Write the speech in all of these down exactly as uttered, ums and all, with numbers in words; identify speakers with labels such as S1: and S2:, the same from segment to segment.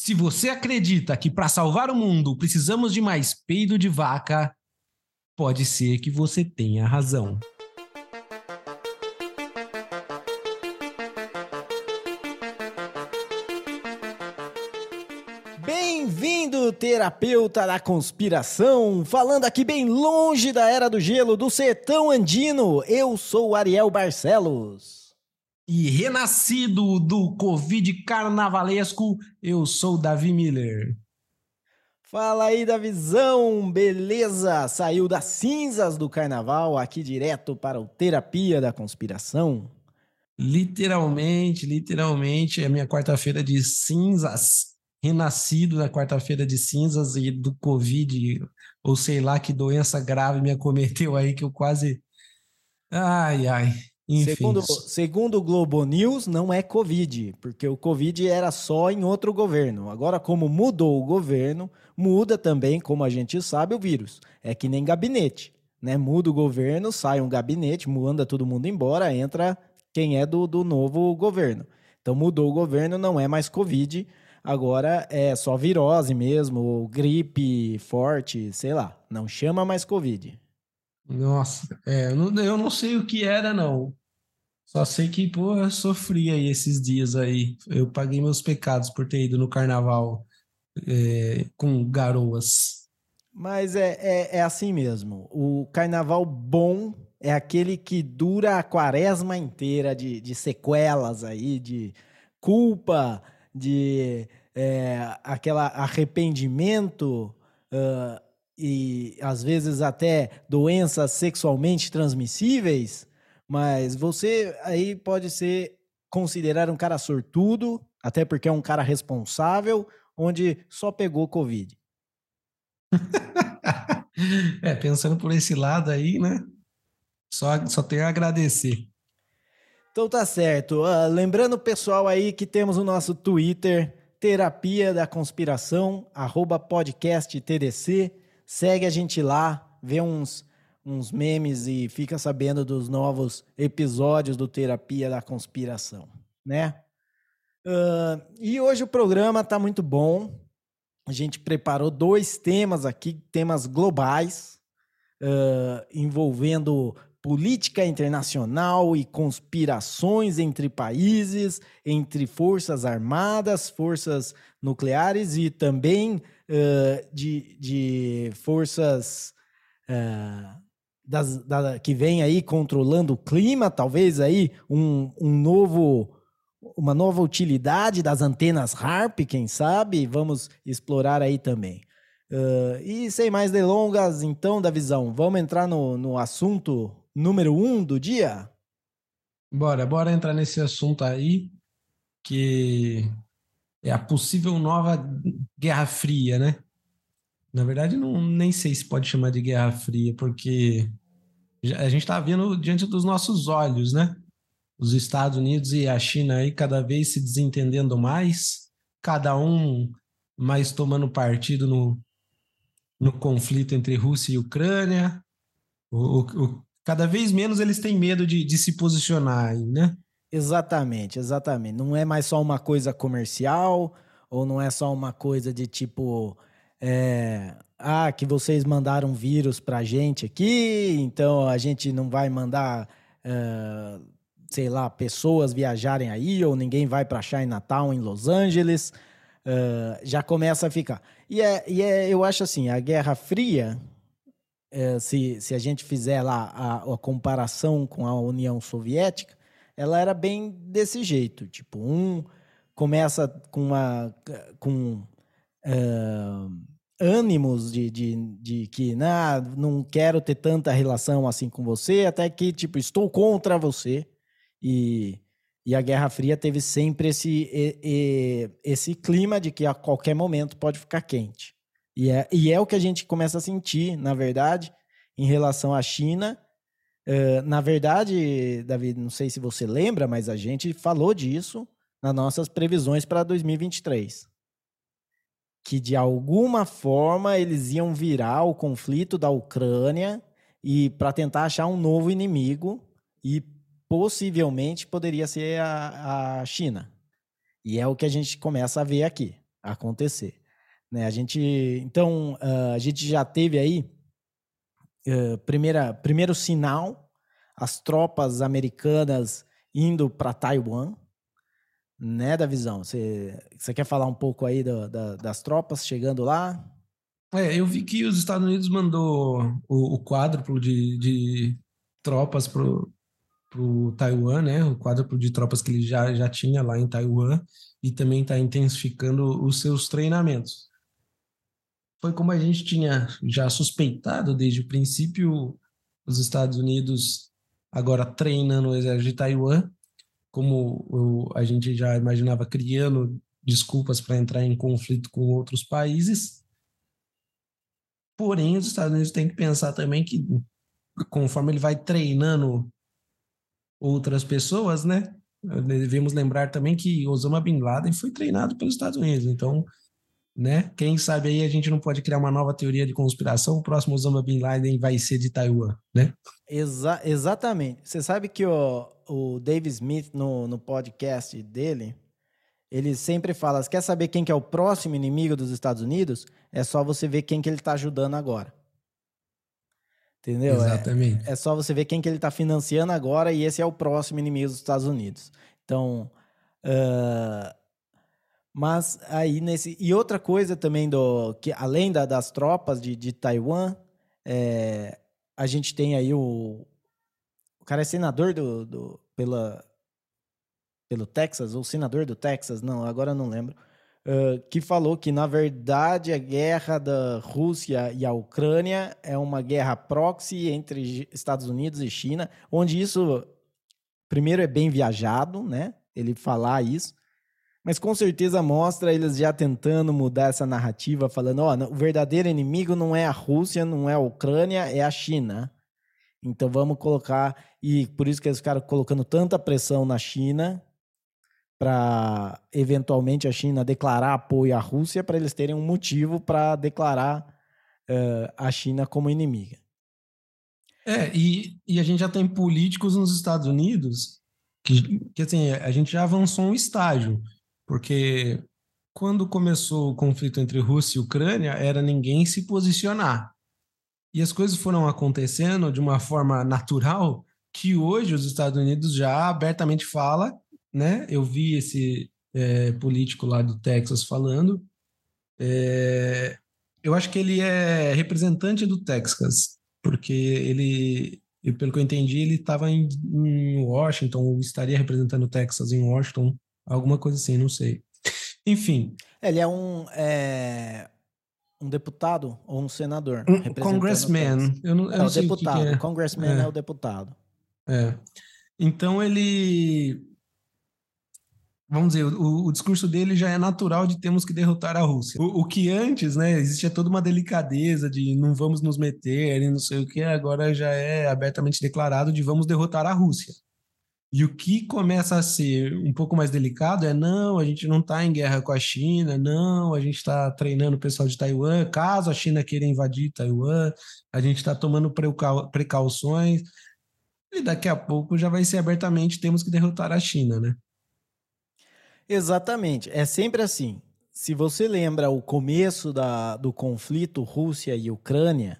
S1: Se você acredita que para salvar o mundo precisamos de mais peido de vaca, pode ser que você tenha razão.
S2: Bem-vindo, terapeuta da conspiração, falando aqui bem longe da Era do Gelo, do sertão andino. Eu sou o Ariel Barcelos.
S1: E renascido do Covid carnavalesco, eu sou o Davi Miller.
S2: Fala aí, Davizão, beleza? Saiu das cinzas do carnaval aqui direto para o Terapia da Conspiração.
S1: Literalmente, literalmente, é a minha quarta-feira de cinzas. Renascido na quarta-feira de cinzas e do Covid, ou sei lá que doença grave me acometeu aí que eu quase... Ai, ai, enfim.
S2: Segundo, segundo o Globo News, não é Covid, porque o Covid era só em outro governo. Agora, como mudou o governo, muda também, como a gente sabe, o vírus. É que nem gabinete, né? Muda o governo, sai um gabinete, manda todo mundo embora, entra quem é do, do novo governo. Então, mudou o governo, não é mais Covid, agora é só virose mesmo, ou gripe forte, sei lá. Não chama mais Covid.
S1: Nossa, é, eu não, eu não sei o que era, não. Só sei que, pô, eu sofri aí esses dias aí. Eu paguei meus pecados por ter ido no carnaval é, com garoas.
S2: Mas é, é, é assim mesmo. O carnaval bom é aquele que dura a quaresma inteira de, de sequelas aí, de culpa, de é, aquela arrependimento ah, e às vezes até doenças sexualmente transmissíveis. Mas você aí pode ser considerado um cara sortudo, até porque é um cara responsável, onde só pegou Covid.
S1: É, pensando por esse lado aí, né? Só, só tenho a agradecer.
S2: Então tá certo. Uh, lembrando o pessoal aí que temos o nosso Twitter, Terapia da Conspiração, arroba podcast T D C. Segue a gente lá, vê uns, uns memes e fica sabendo dos novos episódios do Terapia da Conspiração, né? Uh, e hoje o programa tá muito bom. A gente preparou dois temas aqui, temas globais, uh, envolvendo política internacional e conspirações entre países, entre forças armadas, forças nucleares e também uh, de, de forças uh, das, da, que vêm aí controlando o clima, talvez aí um, um novo... uma nova utilidade das antenas HAARP, quem sabe? Vamos explorar aí também. Uh, e sem mais delongas, então, Davizão, vamos entrar no, no assunto número um do dia?
S1: Bora, bora entrar nesse assunto aí, que é a possível nova Guerra Fria, né? Na verdade, não, nem sei se pode chamar de Guerra Fria, porque a gente está vendo diante dos nossos olhos, né? Os Estados Unidos e a China aí cada vez se desentendendo mais, cada um mais tomando partido no, no conflito entre Rússia e Ucrânia. O, o, cada vez menos eles têm medo de, de se posicionar aí, né?
S2: Exatamente, exatamente. Não é mais só uma coisa comercial, ou não é só uma coisa de tipo, é, ah, que vocês mandaram vírus pra gente aqui, então a gente não vai mandar, é, sei lá, pessoas viajarem aí, ou ninguém vai pra Chinatown em Los Angeles. É, já começa a ficar. E, é, e é, eu acho assim, a Guerra Fria, é, se, se a gente fizer lá a, a comparação com a União Soviética, ela era bem desse jeito. Tipo, um começa com uma com uh, ânimos de, de, de que nah, não quero ter tanta relação assim com você, até que, tipo, estou contra você. E, e a Guerra Fria teve sempre esse, e, e, esse clima de que a qualquer momento pode ficar quente. E é, e é o que a gente começa a sentir, na verdade, em relação à China. Uh, na verdade, Davi, não sei se você lembra, mas a gente falou disso nas nossas previsões para dois mil e vinte e três. Que de alguma forma eles iam virar o conflito da Ucrânia e para tentar achar um novo inimigo e possivelmente poderia ser a, a China. E é o que a gente começa a ver aqui. acontecer. Né? A gente, então, uh, a gente já teve aí uh, primeira, primeiro sinal, as tropas americanas indo para Taiwan, né, Davizão? Você, você quer falar um pouco aí do, da, das tropas chegando lá?
S1: É, eu vi que os Estados Unidos mandou o, o quádruplo de, de tropas pro, pro Taiwan, né? O quádruplo de tropas que ele já, já tinha lá em Taiwan e também está intensificando os seus treinamentos. Foi como a gente tinha já suspeitado desde o princípio, os Estados Unidos agora treinando o exército de Taiwan, como o, a gente já imaginava, criando desculpas para entrar em conflito com outros países. Porém, os Estados Unidos têm que pensar também que, conforme ele vai treinando outras pessoas, né? Devemos lembrar também que Osama Bin Laden foi treinado pelos Estados Unidos. Então, né? Quem sabe aí a gente não pode criar uma nova teoria de conspiração. O próximo Osama Bin Laden vai ser de Taiwan, né?
S2: Exa exatamente. Você sabe que o, o Dave Smith, no, no podcast dele, ele sempre fala, quer saber quem que é o próximo inimigo dos Estados Unidos? É só você ver quem que ele está ajudando agora. Entendeu? É,
S1: Exatamente.
S2: é só você ver quem que ele está financiando agora e esse é o próximo inimigo dos Estados Unidos. Então, uh, mas aí nesse... E outra coisa também, do que além da, das tropas de, de Taiwan, é, a gente tem aí o... O cara é senador do, do, pela, pelo Texas, ou senador do Texas, não, agora eu não lembro, uh, que falou que, na verdade, a guerra da Rússia e a Ucrânia é uma guerra proxy entre Estados Unidos e China, onde isso, primeiro, é bem viajado, né? Ele falar isso, mas com certeza mostra eles já tentando mudar essa narrativa, falando, ó, oh, o verdadeiro inimigo não é a Rússia, não é a Ucrânia, é a China. Então vamos colocar, e por isso que eles ficaram colocando tanta pressão na China, para eventualmente a China declarar apoio à Rússia, para eles terem um motivo para declarar uh, a China como inimiga.
S1: É, e, e a gente já tem políticos nos Estados Unidos que, que assim, a gente já avançou um estágio, porque quando começou o conflito entre Rússia e Ucrânia, era ninguém se posicionar. E as coisas foram acontecendo de uma forma natural que hoje os Estados Unidos já abertamente fala, né? Eu vi esse é, político lá do Texas falando. É, eu acho que ele é representante do Texas, porque ele, pelo que eu entendi, ele estava em, em Washington, ou estaria representando o Texas em Washington, alguma coisa assim, não sei. Enfim.
S2: Ele é um... É... um deputado ou um senador
S1: Um
S2: representando o
S1: congressman,
S2: Texas.
S1: eu não, eu
S2: É
S1: não
S2: o
S1: sei o que, que
S2: deputado.
S1: é.
S2: Congressman é. é o deputado.
S1: É. Então ele, vamos dizer, o, o discurso dele já é natural de temos que derrotar a Rússia. O, o que antes, né, existia toda uma delicadeza de não vamos nos meter e não sei o que, agora já é abertamente declarado de vamos derrotar a Rússia. E o que começa a ser um pouco mais delicado é não, a gente não está em guerra com a China, não, a gente está treinando o pessoal de Taiwan, caso a China queira invadir Taiwan, a gente está tomando precau precauções, e daqui a pouco já vai ser abertamente temos que derrotar a China, né?
S2: Exatamente. É sempre assim. Se você lembra o começo da, do conflito Rússia e Ucrânia,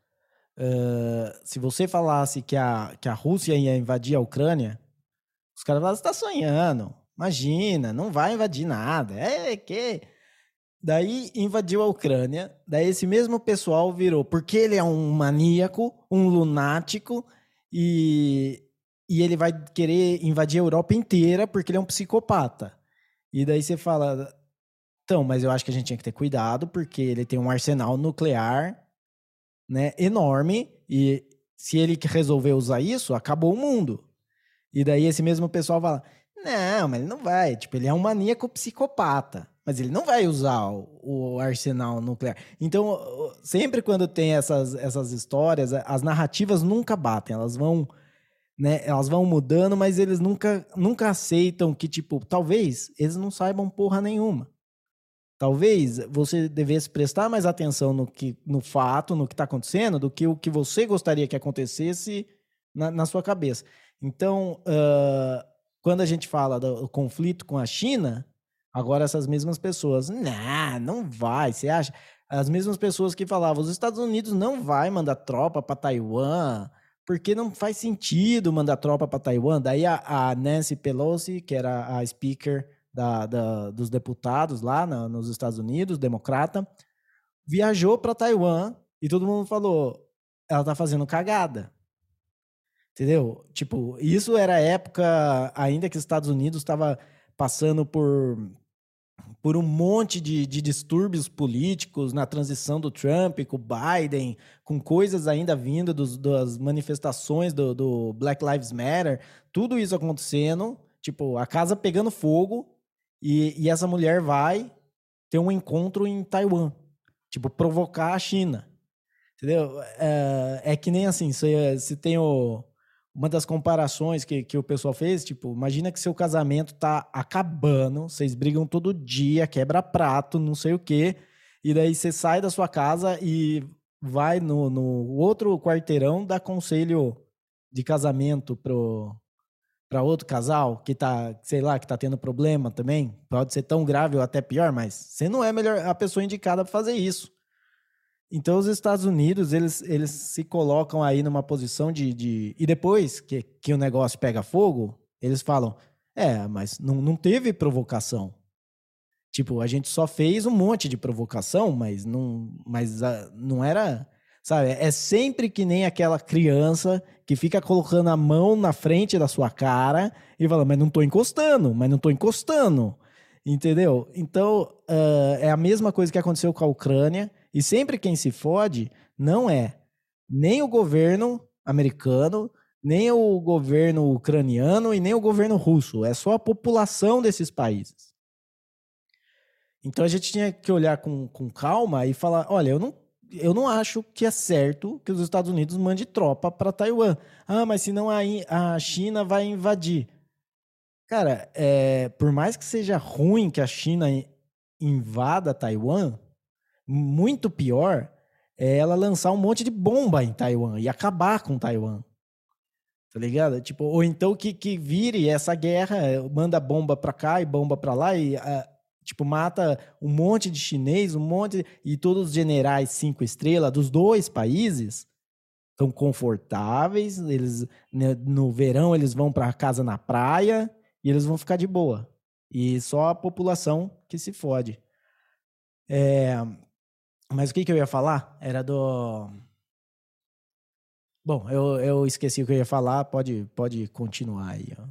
S2: uh, se você falasse que a, que a Rússia ia invadir a Ucrânia, os caras falavam, você está sonhando. Imagina, não vai invadir nada. É que... Daí invadiu a Ucrânia, daí esse mesmo pessoal virou, porque ele é um maníaco, um lunático, e, e ele vai querer invadir a Europa inteira porque ele é um psicopata. E daí você fala, então, mas eu acho que a gente tinha que ter cuidado, porque ele tem um arsenal nuclear, né, enorme, e se ele resolver usar isso, acabou o mundo. E daí esse mesmo pessoal fala, não, mas ele não vai, tipo, ele é um maníaco psicopata, mas ele não vai usar o, o arsenal nuclear. Então, sempre quando tem essas, essas histórias, as narrativas nunca batem, elas vão, né, elas vão mudando, mas eles nunca, nunca aceitam que, tipo, talvez eles não saibam porra nenhuma. Talvez você devesse prestar mais atenção no, que, no fato, no que está acontecendo, do que o que você gostaria que acontecesse na, na sua cabeça. Então, uh, quando a gente fala do conflito com a China, Agora essas mesmas pessoas, não, não vai, você acha? As mesmas pessoas que falavam, os Estados Unidos não vai mandar tropa para Taiwan, porque não faz sentido mandar tropa para Taiwan. Daí a, a Nancy Pelosi, que era a speaker da, da, dos deputados lá na, nos Estados Unidos, democrata, viajou para Taiwan e todo mundo falou, ela tá fazendo cagada. Entendeu? Tipo, isso era a época ainda que os Estados Unidos estava passando por, por um monte de, de distúrbios políticos na transição do Trump com o Biden, com coisas ainda vindo dos, das manifestações do, do Black Lives Matter, tudo isso acontecendo, tipo, a casa pegando fogo e, e essa mulher vai ter um encontro em Taiwan, tipo, provocar a China. Entendeu? É, é que nem assim, se, se tem o, uma das comparações que, que o pessoal fez, tipo, imagina que seu casamento tá acabando, vocês brigam todo dia, quebra prato, não sei o quê, e daí você sai da sua casa e vai no, no outro quarteirão dar conselho de casamento pro, para outro casal que tá, sei lá, que tá tendo problema também, pode ser tão grave ou até pior, mas você não é melhor a pessoa indicada para fazer isso. Então, os Estados Unidos, eles, eles se colocam aí numa posição de... de... E depois que, que o negócio pega fogo, eles falam, é, mas não, não teve provocação. Tipo, a gente só fez um monte de provocação, mas não, mas, uh, não era... Sabe, é sempre que nem aquela criança que fica colocando a mão na frente da sua cara e fala, mas não tô encostando, mas não tô encostando. Entendeu? Então, uh, é a mesma coisa que aconteceu com a Ucrânia. E sempre quem se fode não é nem o governo americano, nem o governo ucraniano e nem o governo russo. É só a população desses países. Então a gente tinha que olhar com, com calma e falar, olha, eu não, eu não acho que é certo que os Estados Unidos mande tropa para Taiwan. Ah, mas senão a, a China vai invadir. Cara, é, por mais que seja ruim que a China invada Taiwan, muito pior é ela lançar um monte de bomba em Taiwan e acabar com Taiwan. Tá ligado? Tipo, ou então que, que vire essa guerra, manda bomba pra cá e bomba pra lá e, uh, tipo, mata um monte de chinês, um monte... E todos os generais cinco estrelas dos dois países estão confortáveis, eles, né, no verão eles vão pra casa na praia e eles vão ficar de boa. E só a população que se fode. É... Mas o que, que eu ia falar? Era do... Bom, eu, eu esqueci o que eu ia falar, pode, pode continuar aí. Ó.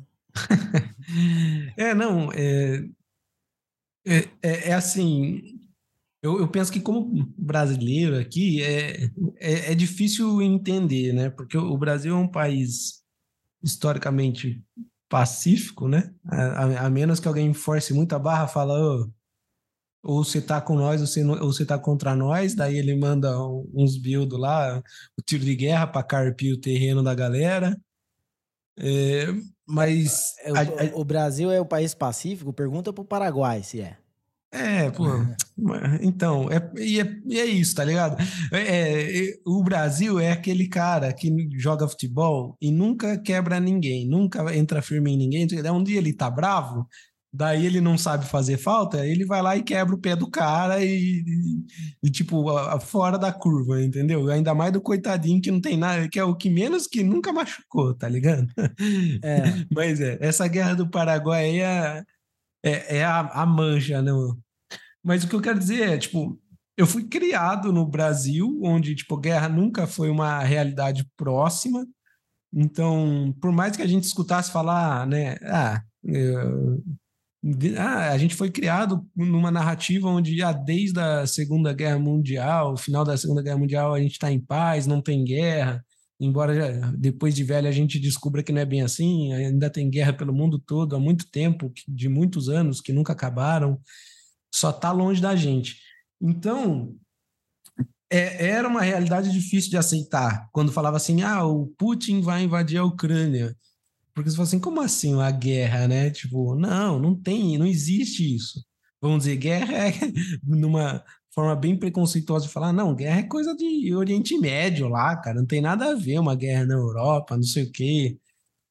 S1: é, não, é, é, é, é assim, eu, eu penso que como brasileiro aqui, é, é, é difícil entender, né? Porque o Brasil é um país historicamente pacífico, né? A, a, a menos que alguém force muito a barra, fala... Oh, ou você tá com nós, ou você, não, ou você tá contra nós, daí ele manda uns builds lá, o tiro de guerra para carpir o terreno da galera. É, mas...
S2: É,
S1: A,
S2: o,
S1: a,
S2: o Brasil é o país pacífico? Pergunta pro Paraguai se é.
S1: é, pô, então, é, e, é, e é isso, tá ligado? É, é, o Brasil é aquele cara que joga futebol e nunca quebra ninguém, nunca entra firme em ninguém. Um dia ele tá bravo, daí ele não sabe fazer falta, ele vai lá e quebra o pé do cara e, e, e tipo, a, a fora da curva, entendeu? Ainda mais do coitadinho que não tem nada, que é o que menos que nunca machucou, tá ligado?
S2: É.
S1: Mas é, essa guerra do Paraguai é, é, é a, a mancha, né? Mas o que eu quero dizer é, tipo, eu fui criado no Brasil, onde, tipo, guerra nunca foi uma realidade próxima. Então, por mais que a gente escutasse falar, né, ah, eu, ah, a gente foi criado numa narrativa onde, ah, desde a Segunda Guerra Mundial, o final da Segunda Guerra Mundial, a gente está em paz, não tem guerra. Embora já, depois de velho a gente descubra que não é bem assim, ainda tem guerra pelo mundo todo há muito tempo, de muitos anos, que nunca acabaram. Só está longe da gente. Então, é, era uma realidade difícil de aceitar. Quando falava assim, ah, o Putin vai invadir a Ucrânia. Porque você fala assim, como assim uma guerra, né? Tipo, não, não tem, não existe isso. Vamos dizer, guerra é numa forma bem preconceituosa de falar, não, guerra é coisa de Oriente Médio lá, cara, não tem nada a ver uma guerra na Europa, não sei o quê.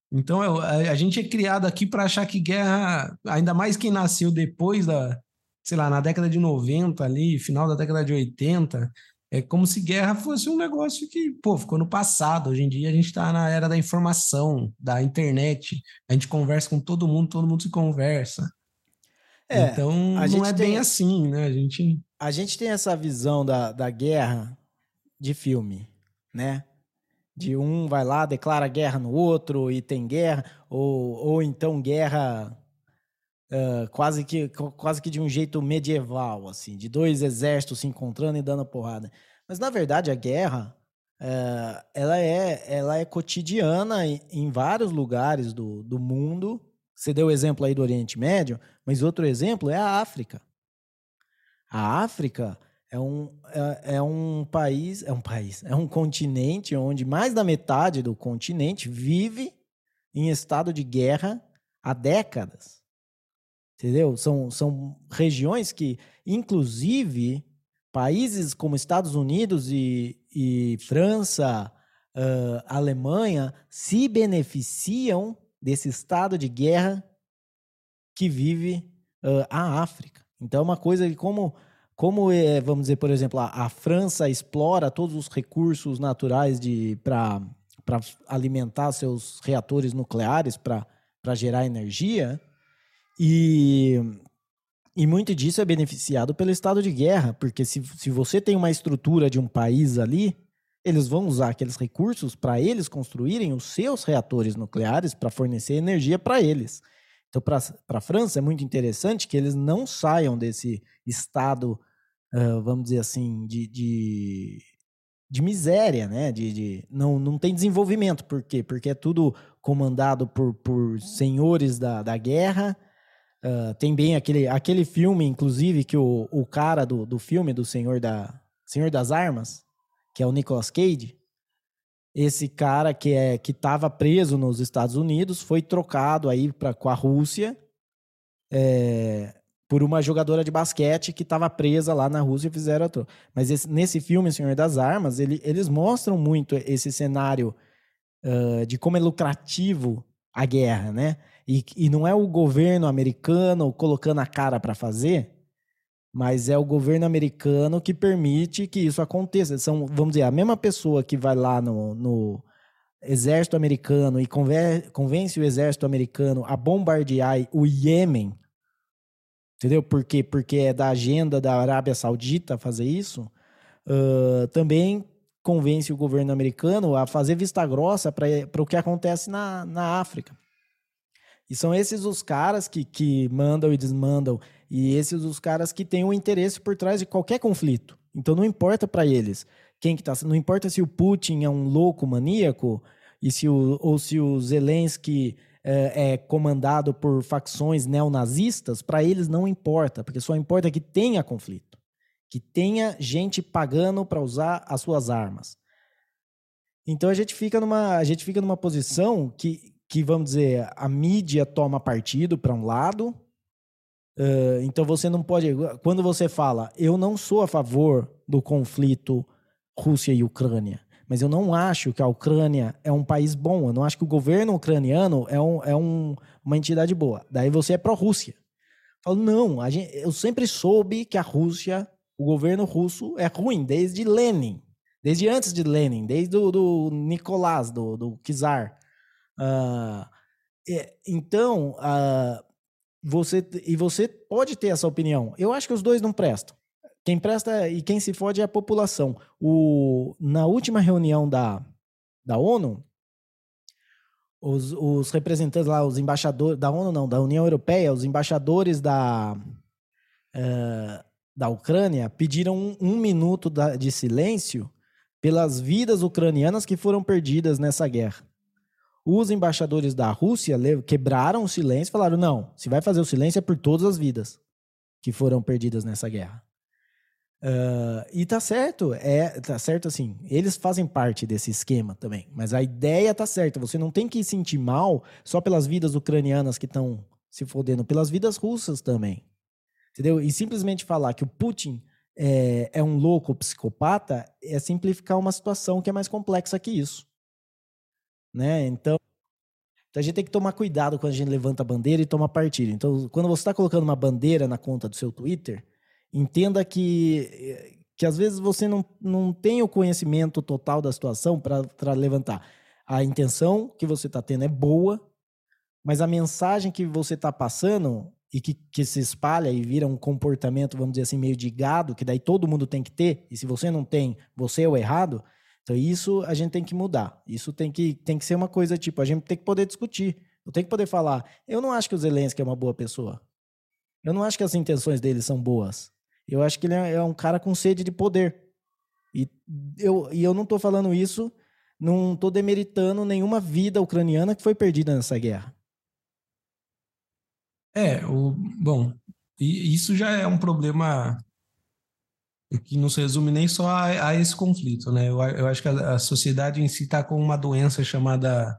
S1: Então, eu- a, a gente é criado aqui para achar que guerra, ainda mais quem nasceu depois da, sei lá, na década de noventa ali, final da década de oitenta, é como se guerra fosse um negócio que, pô, ficou no passado. Hoje em dia a gente está na era da informação, da internet. A gente conversa com todo mundo, todo mundo se conversa.
S2: É,
S1: Então,
S2: a
S1: não é
S2: gente
S1: bem
S2: tem,
S1: assim, né? A gente.
S2: a gente tem essa visão da, da guerra de filme, né? De um vai lá, declara guerra no outro e tem guerra, ou, ou então guerra uh, quase, que, quase que de um jeito medieval, assim, de dois exércitos se encontrando e dando porrada. Mas, na verdade, a guerra, uh, ela, é, ela é cotidiana em, em vários lugares do, do mundo. Você deu o exemplo aí do Oriente Médio, mas outro exemplo é a África. A África é um, é, é um país, é um país, é um continente onde mais da metade do continente vive em estado de guerra há décadas. Entendeu? São, são regiões que, inclusive, países como Estados Unidos e, e França, uh, Alemanha, se beneficiam desse estado de guerra que vive uh, a África. Então, é uma coisa que, como, como é, vamos dizer, por exemplo, a, a França explora todos os recursos naturais para alimentar seus reatores nucleares, para gerar energia, e, e muito disso é beneficiado pelo estado de guerra, porque se, se você tem uma estrutura de um país ali, eles vão usar aqueles recursos para eles construírem os seus reatores nucleares para fornecer energia para eles. Então, para a França, é muito interessante que eles não saiam desse estado, uh, vamos dizer assim, de, de, de miséria, né? De, de, não, não tem desenvolvimento. Por quê? Porque é tudo comandado por, por senhores da, da guerra. Uh, tem bem aquele, aquele filme, inclusive, que o, o cara do, do filme, do Senhor, da, Senhor das Armas, que é o Nicolas Cage, esse cara que é que estava preso nos Estados Unidos foi trocado aí pra, com a Rússia é, por uma jogadora de basquete que estava presa lá na Rússia e fizeram outro. Mas esse, nesse filme, Senhor das Armas, ele, eles mostram muito esse cenário uh, de como é lucrativo a guerra, né? E, e não é o governo americano colocando a cara para fazer, mas é o governo americano que permite que isso aconteça. São, vamos dizer, a mesma pessoa que vai lá no, no exército americano e conver, convence o exército americano a bombardear o Iêmen, entendeu? Por quê? Porque é da agenda da Arábia Saudita fazer isso. Uh, também convence o governo americano a fazer vista grossa para o que acontece na, na África. E são esses os caras que, que mandam e desmandam, e esses os caras que têm o um interesse por trás de qualquer conflito. Então não importa para eles quem que tá, não importa se o Putin é um louco maníaco e se o, ou se o Zelensky é, é comandado por facções neonazistas, para eles não importa, porque só importa que tenha conflito, que tenha gente pagando para usar as suas armas. Então a gente fica numa, a gente fica numa posição que que, vamos dizer, a mídia toma partido para um lado. Uh, então você não pode... Quando você fala, eu não sou a favor do conflito Rússia e Ucrânia, mas eu não acho que a Ucrânia é um país bom, eu não acho que o governo ucraniano é, um, é um, uma entidade boa. Daí você é pró-Rússia. Eu falo, não, a gente, eu sempre soube que a Rússia, o governo russo é ruim, desde Lenin, desde antes de Lenin, desde do, do Nicolás, do, do czar. Uh, é, então, uh, você, e você pode ter essa opinião. Eu acho que os dois não prestam. Quem presta e quem se fode é a população. O, na última reunião da, da ONU, os, os representantes lá, os embaixadores da ONU, não, da União Europeia, os embaixadores da, uh, da Ucrânia pediram um, um minuto da, de silêncio pelas vidas ucranianas que foram perdidas nessa guerra. Os embaixadores da Rússia quebraram o silêncio e falaram, não, se vai fazer o silêncio é por todas as vidas que foram perdidas nessa guerra. Uh, e tá certo, é, tá certo assim, eles fazem parte desse esquema também, mas a ideia tá certa, você não tem que sentir mal só pelas vidas ucranianas que estão se fodendo, pelas vidas russas também, entendeu? E simplesmente falar que o Putin é, é um louco psicopata é simplificar uma situação que é mais complexa que isso. Né? Então, Então a gente tem que tomar cuidado quando a gente levanta a bandeira e toma partido. Então, quando você está colocando uma bandeira na conta do seu Twitter, entenda que, que às vezes você não, não tem o conhecimento total da situação para levantar. A intenção que você está tendo é boa, mas a mensagem que você está passando e que, que se espalha e vira um comportamento, vamos dizer assim, meio de gado, que daí todo mundo tem que ter, e se você não tem, você é o errado. Então isso a gente tem que mudar. Isso tem que, tem que ser uma coisa tipo, a gente tem que poder discutir. Eu tenho que poder falar, eu não acho que o Zelensky é uma boa pessoa. Eu não acho que as intenções dele são boas. Eu acho que ele é um cara com sede de poder. E eu, e eu não estou falando isso, não estou demeritando nenhuma vida ucraniana que foi perdida nessa guerra.
S1: É, o, bom, e isso já é um problema que não se resume nem só a, a esse conflito, né? Eu, eu acho que a, a sociedade em si está com uma doença chamada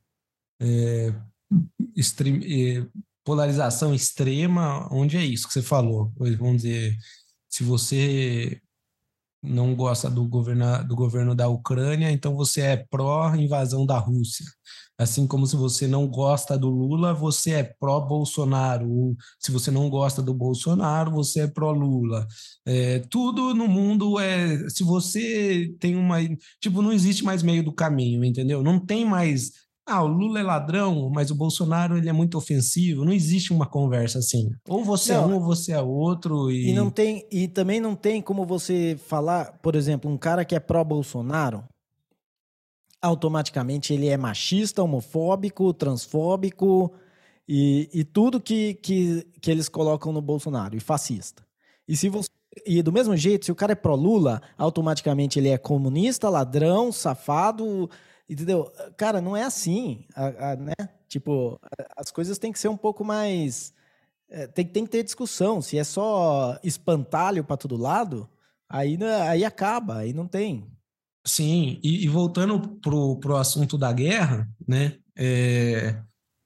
S1: é, extrem, é, polarização extrema, onde é isso que você falou. Vamos dizer, se você não gosta do governo, do governo da Ucrânia, então você é pró-invasão da Rússia. Assim como se você não gosta do Lula, você é pró-Bolsonaro. Ou se você não gosta do Bolsonaro, você é pró-Lula. É, tudo no mundo é... Se você tem uma... Tipo, não existe mais meio do caminho, entendeu? Não tem mais... Ah, o Lula é ladrão, mas o Bolsonaro ele é muito ofensivo. Não existe uma conversa assim. Ou você é
S2: Não,
S1: um ou você é outro.
S2: e não
S1: E
S2: tem, e também não tem como você falar, por exemplo, um cara que é pró-Bolsonaro, automaticamente ele é machista, homofóbico, transfóbico e, e tudo que, que, que eles colocam no Bolsonaro, e fascista. E se você, e do mesmo jeito, se o cara é pró-Lula, automaticamente ele é comunista, ladrão, safado, entendeu? Cara, não é assim, a, a, né? Tipo, as coisas têm que ser um pouco mais... É, tem, tem que ter discussão. Se é só espantalho para todo lado, aí, aí acaba, aí não tem.
S1: sim, e, e voltando pro, pro assunto da guerra, né? É,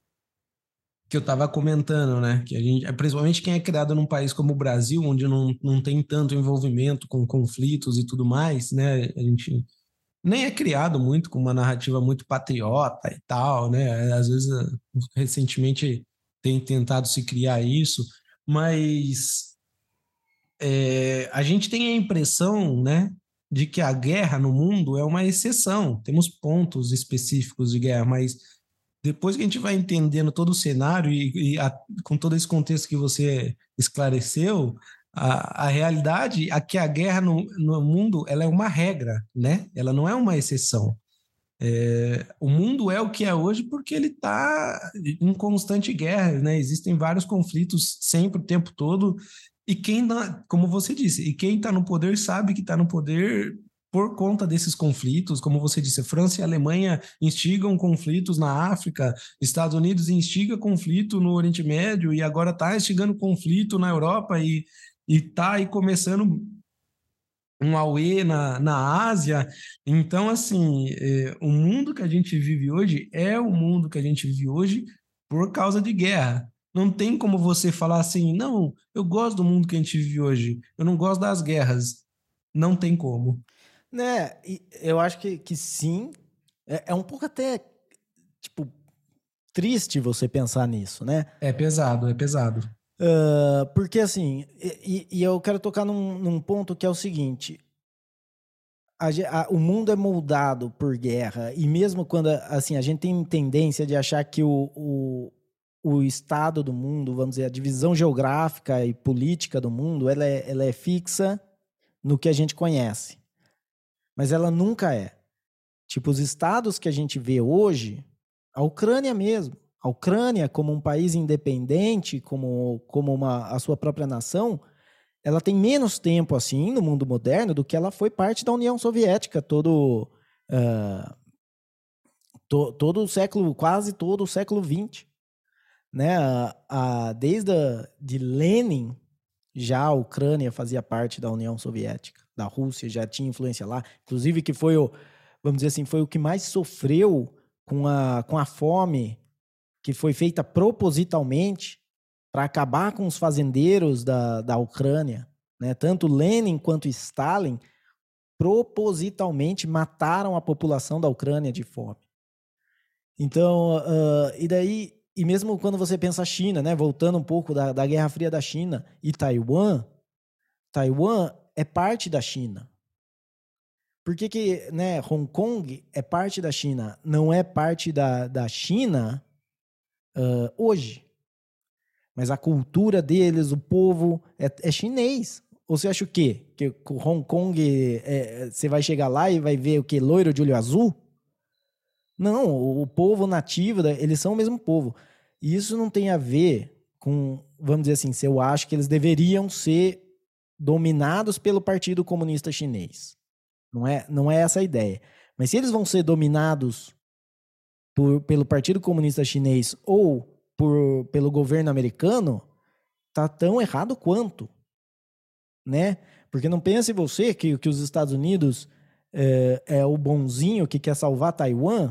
S1: que eu estava comentando, né? Que a gente, principalmente quem é criado num país como o Brasil, onde não, não tem tanto envolvimento com conflitos e tudo mais, né? A gente nem é criado muito com uma narrativa muito patriota e tal, né? Às vezes, recentemente, tem tentado se criar isso, mas é, a gente tem a impressão, né, de que a guerra no mundo é uma exceção. Temos pontos específicos de guerra, mas depois que a gente vai entendendo todo o cenário e, e a, com todo esse contexto que você esclareceu, a, a realidade é que a guerra no, no mundo ela é uma regra, né? Ela não é uma exceção. É, o mundo é o que é hoje porque ele está em constante guerra, né? Existem vários conflitos sempre, o tempo todo, e quem, dá, como você disse, e quem está no poder sabe que está no poder por conta desses conflitos, como você disse, França e Alemanha instigam conflitos na África, Estados Unidos instiga conflito no Oriente Médio e agora está instigando conflito na Europa e está aí começando um auê na, na Ásia. Então, assim, é, o mundo que a gente vive hoje é o mundo que a gente vive hoje por causa de guerra. Não tem como você falar assim, não, eu gosto do mundo que a gente vive hoje, eu não gosto das guerras. Não tem como.
S2: Né, e eu acho que, que sim. É, é um pouco até, tipo, triste você pensar nisso, né?
S1: É pesado, é pesado.
S2: Uh, porque, assim, e, e eu quero tocar num, num ponto que é o seguinte: a, a, o mundo é moldado por guerra, e mesmo quando, assim, a gente tem tendência de achar que o, o, o estado do mundo, vamos dizer, a divisão geográfica e política do mundo, ela é, ela é fixa no que a gente conhece. Mas ela nunca é. Tipo, os estados que a gente vê hoje, a Ucrânia mesmo, a Ucrânia como um país independente, como, como uma, a sua própria nação, ela tem menos tempo assim no mundo moderno do que ela foi parte da União Soviética todo, uh, to, todo o século, quase todo o século vinte. Né? A, a, desde a, de Lenin, já a Ucrânia fazia parte da União Soviética, da Rússia, já tinha influência lá, inclusive que foi o, vamos dizer assim, foi o que mais sofreu com a, com a fome que foi feita propositalmente para acabar com os fazendeiros da, da Ucrânia. Né? Tanto Lenin quanto Stalin propositalmente mataram a população da Ucrânia de fome. Então, uh, e daí, e mesmo quando você pensa a China, né? Voltando um pouco da, da Guerra Fria da China e Taiwan, Taiwan é parte da China. Por que que, né, Hong Kong é parte da China, não é parte da, da China uh, hoje? Mas a cultura deles, o povo, é, é chinês. Ou você acha o quê? Que Hong Kong, é, você vai chegar lá e vai ver o quê? Loiro de olho azul? Não, o, o povo nativo, eles são o mesmo povo. E isso não tem a ver com, vamos dizer assim, se eu acho que eles deveriam ser dominados pelo Partido Comunista Chinês. Não é, não é essa a ideia. Mas se eles vão ser dominados por, pelo Partido Comunista Chinês ou por, pelo governo americano, tá tão errado quanto, né? Porque não pense você que, que os Estados Unidos é, é o bonzinho que quer salvar Taiwan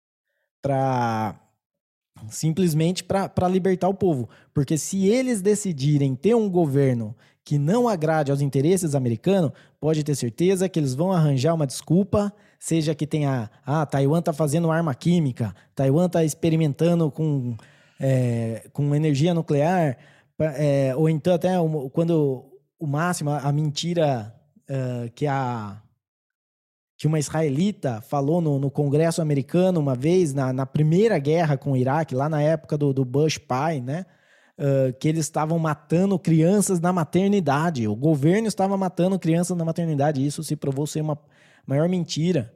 S2: para simplesmente para libertar o povo. Porque se eles decidirem ter um governo que não agrade aos interesses americanos, pode ter certeza que eles vão arranjar uma desculpa, seja que tenha, ah, Taiwan está fazendo arma química, Taiwan está experimentando com, é, com energia nuclear, é, ou então até quando o máximo, a mentira uh, que a que uma israelita falou no, no Congresso americano uma vez, na, na primeira guerra com o Iraque, lá na época do, do Bush pai, né? Uh, que eles estavam matando crianças na maternidade. O governo estava matando crianças na maternidade. Isso se provou ser uma maior mentira.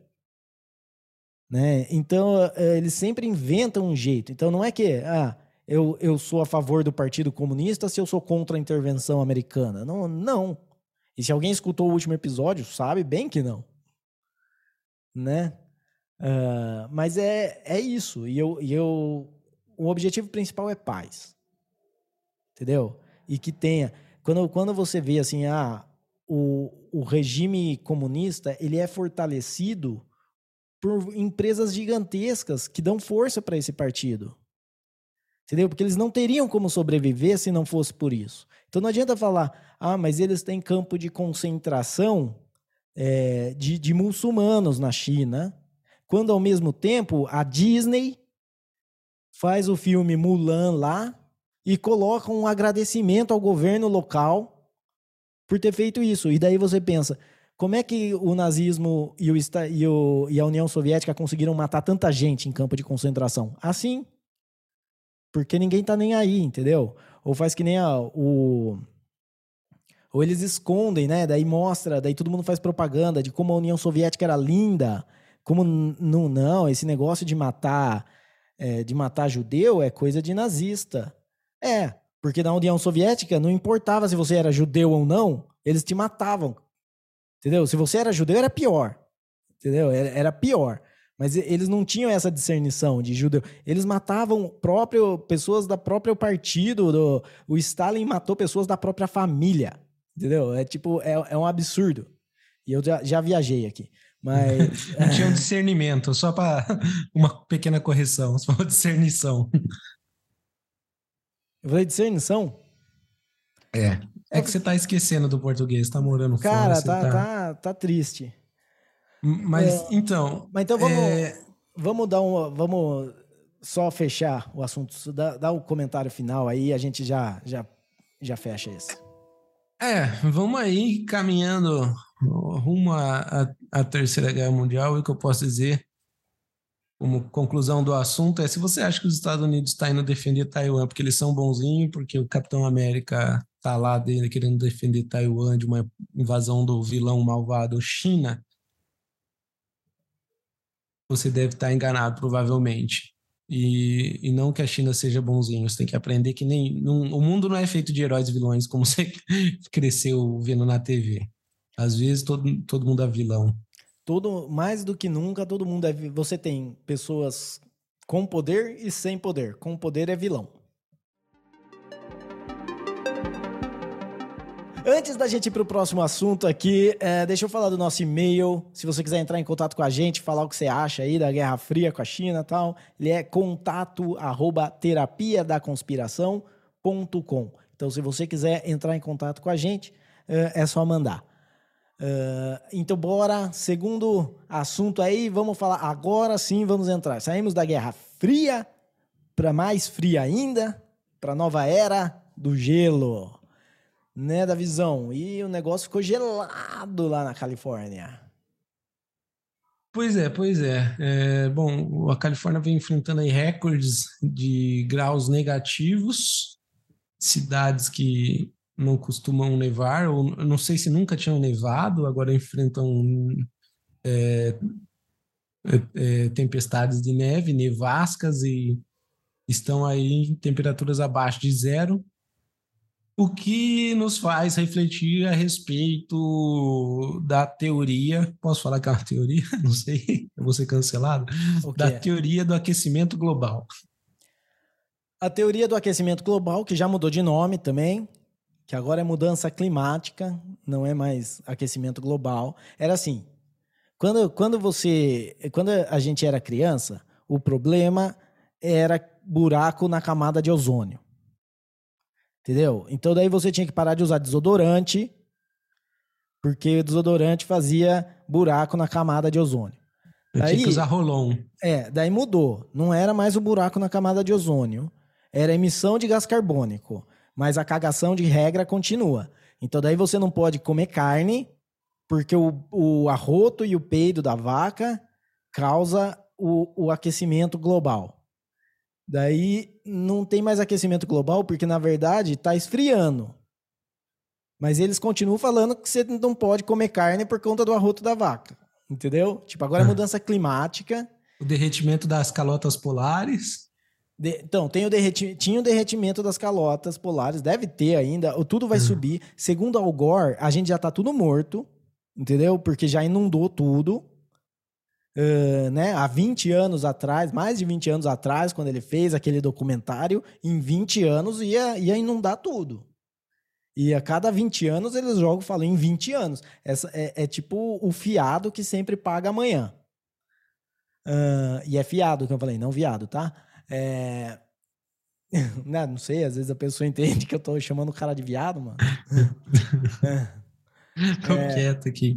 S2: Né? Então, uh, eles sempre inventam um jeito. Então, não é que ah, eu, eu sou a favor do Partido Comunista se eu sou contra a intervenção americana. Não, não. E se alguém escutou o último episódio, sabe bem que não. Né? Uh, mas é, é isso. E eu, e eu, o objetivo principal é paz. Entendeu? E que tenha... Quando, quando você vê assim, ah, o, o regime comunista, ele é fortalecido por empresas gigantescas que dão força para esse partido. Entendeu? Porque eles não teriam como sobreviver se não fosse por isso. Então não adianta falar, ah, mas eles têm campo de concentração É, de, de muçulmanos na China, quando ao mesmo tempo a Disney faz o filme Mulan lá e coloca um agradecimento ao governo local por ter feito isso. E daí você pensa, como é que o nazismo e, o, e, o, e a União Soviética conseguiram matar tanta gente em campo de concentração? Assim. Porque ninguém tá nem aí, entendeu? Ou faz que nem a, o... Ou eles escondem, né? Daí mostra, daí todo mundo faz propaganda de como a União Soviética era linda, como não, não, esse negócio de matar, é, de matar judeu é coisa de nazista. É, porque na União Soviética não importava se você era judeu ou não, eles te matavam, entendeu? Se você era judeu era pior, entendeu? Era, era pior. Mas eles não tinham essa discernição de judeu. Eles matavam próprio, pessoas da próprio partido, do, o Stalin matou pessoas da própria família. Entendeu? É tipo, é, é um absurdo. E eu já, já viajei aqui. Mas.
S1: Não tinha um discernimento, só para uma pequena correção. Só uma discernição.
S2: Eu falei discernição?
S1: É. É que você tá esquecendo do português, tá morando
S2: Cara,
S1: fora.
S2: Cara, tá,
S1: tá...
S2: tá, tá triste.
S1: Mas
S2: uh,
S1: então.
S2: Mas então vamos,
S1: é...
S2: vamos dar um. Vamos só fechar o assunto. Dá, dá o um comentário final aí, a gente já, já, já fecha esse.
S1: É, vamos aí caminhando rumo à, à, à Terceira Guerra Mundial. E o que eu posso dizer, como conclusão do assunto, é: se você acha que os Estados Unidos estão indo defender Taiwan porque eles são bonzinhos, porque o Capitão América está lá dele querendo defender Taiwan de uma invasão do vilão malvado China, você deve estar enganado, provavelmente. E, e não que a China seja bonzinho, você tem que aprender que nem num, o mundo não é feito de heróis e vilões como você cresceu vendo na T V. Às vezes todo, todo mundo é vilão.
S2: Todo, mais do que nunca, todo mundo é. Você tem pessoas com poder e sem poder. Com poder é vilão. Antes da gente ir para o próximo assunto aqui, é, deixa eu falar do nosso e-mail. Se você quiser entrar em contato com a gente, falar o que você acha aí da Guerra Fria com a China e tal, ele é contato arroba terapia da conspiração ponto com. Então, se você quiser entrar em contato com a gente, é, é só mandar. Uh, então, bora. Segundo assunto aí, vamos falar. Agora sim, vamos entrar. Saímos da Guerra fria para mais fria ainda, para nova era do gelo, né, Davizão? E o negócio ficou gelado lá na Califórnia.
S1: Pois é, pois é. é. Bom, a Califórnia vem enfrentando aí recordes de graus negativos, cidades que não costumam nevar, ou não sei se nunca tinham nevado, agora enfrentam é, é, tempestades de neve, nevascas, e estão aí em temperaturas abaixo de zero, o que nos faz refletir a respeito da teoria, posso falar que é uma teoria? Não sei, eu vou ser cancelado, da teoria do aquecimento global.
S2: A teoria do aquecimento global, que já mudou de nome também, que agora é mudança climática, não é mais aquecimento global. Era assim, quando, quando você, quando a gente era criança, o problema era buraco na camada de ozônio. Entendeu? Então daí você tinha que parar de usar desodorante, porque o desodorante fazia buraco na camada de ozônio.
S1: Eu daí, tinha que usar Rolon.
S2: É, daí mudou. Não era mais o buraco na camada de ozônio, era a emissão de gás carbônico, mas a cagação de regra continua. Então daí você não pode comer carne, porque o, o arroto e o peido da vaca causa o, o aquecimento global. Daí não tem mais aquecimento global porque, na verdade, está esfriando. Mas eles continuam falando que você não pode comer carne por conta do arroto da vaca. Entendeu? Tipo, agora é mudança climática.
S1: O derretimento das calotas polares.
S2: De... Então, tem o derreti... tinha o derretimento das calotas polares. Deve ter ainda. Tudo vai uhum. subir. Segundo Al Gore, a gente já está tudo morto. Entendeu? Porque já inundou tudo. Uh, né? Há vinte anos atrás, mais de vinte anos atrás, quando ele fez aquele documentário, em vinte anos ia, ia inundar tudo. E a cada vinte anos eles jogam, falam em vinte anos. Essa é, é tipo o fiado que sempre paga amanhã. Uh, e é fiado que eu falei, não viado, tá? É... não, não sei, às vezes a pessoa entende que eu tô chamando o cara de viado, mano.
S1: Tô é... quieto aqui.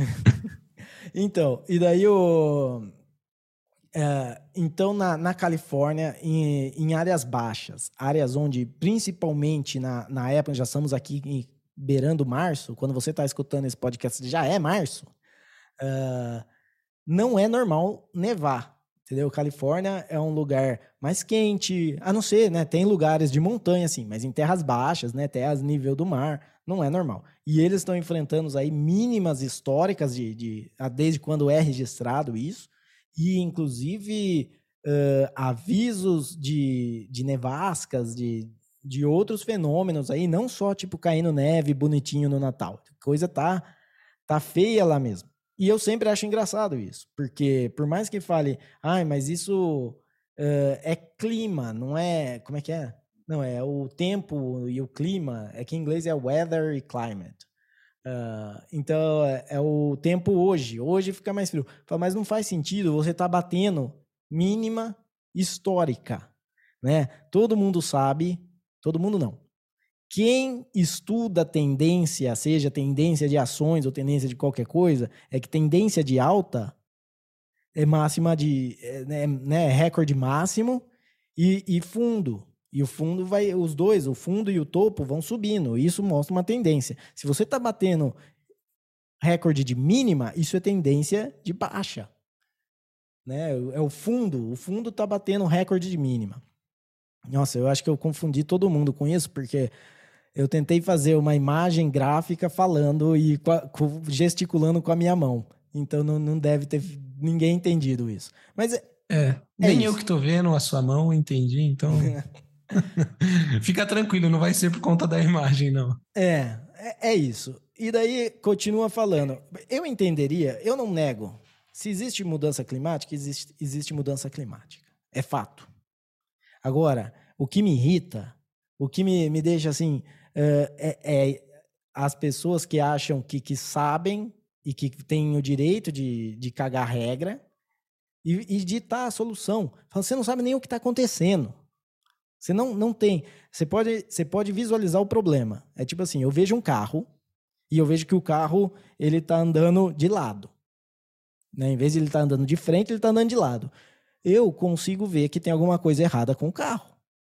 S2: Então, e daí o... É, então, na, na Califórnia, em, em áreas baixas, áreas onde, principalmente na, na época, já estamos aqui em, beirando março, quando você está escutando esse podcast, já é março, uh, não é normal nevar, entendeu? Califórnia é um lugar mais quente, a não ser, né, tem lugares de montanha, assim, mas em terras baixas, né, terras nível do mar, não é normal. E eles estão enfrentando aí mínimas históricas de, de, desde quando é registrado isso, e inclusive uh, avisos de, de nevascas, de, de outros fenômenos aí, não só tipo caindo neve bonitinho no Natal. A coisa tá, tá feia lá mesmo. E eu sempre acho engraçado isso, porque por mais que fale, ai, mas isso uh, é clima, não é, como é que é? Não, é o tempo e o clima, é que em inglês é weather e climate. Uh, então, é, é o tempo hoje. Hoje fica mais frio. Mas não faz sentido você estar tá batendo mínima histórica, né? Todo mundo sabe, todo mundo não. Quem estuda tendência, seja tendência de ações ou tendência de qualquer coisa, é que tendência de alta é máxima de, é, né, recorde máximo e, e fundo. E o fundo vai, os dois, o fundo e o topo vão subindo. Isso mostra uma tendência. Se você está batendo recorde de mínima, isso é tendência de baixa. Né? É o fundo. O fundo está batendo recorde de mínima. Nossa, eu acho que eu confundi todo mundo com isso, porque eu tentei fazer uma imagem gráfica falando e gesticulando com a minha mão. Então não, não deve ter ninguém entendido isso. Mas é,
S1: é, é nem isso. Eu que estou vendo a sua mão, entendi, então... Fica tranquilo, não vai ser por conta da imagem, não.
S2: É, é, é isso. E daí, continua falando. Eu entenderia, eu não nego. Se existe mudança climática, existe, existe mudança climática. É fato. Agora, o que me irrita, o que me, me deixa assim, é, é, é as pessoas que acham que, que sabem e que têm o direito de, de cagar regra e, e ditar a solução. Você não sabe nem o que está acontecendo. Você não, não tem... Você pode, você pode visualizar o problema. É tipo assim, eu vejo um carro e eu vejo que o carro ele tá andando de lado. Né? Em vez de ele estar tá andando de frente, ele está andando de lado. eu consigo ver que tem alguma coisa errada com o carro.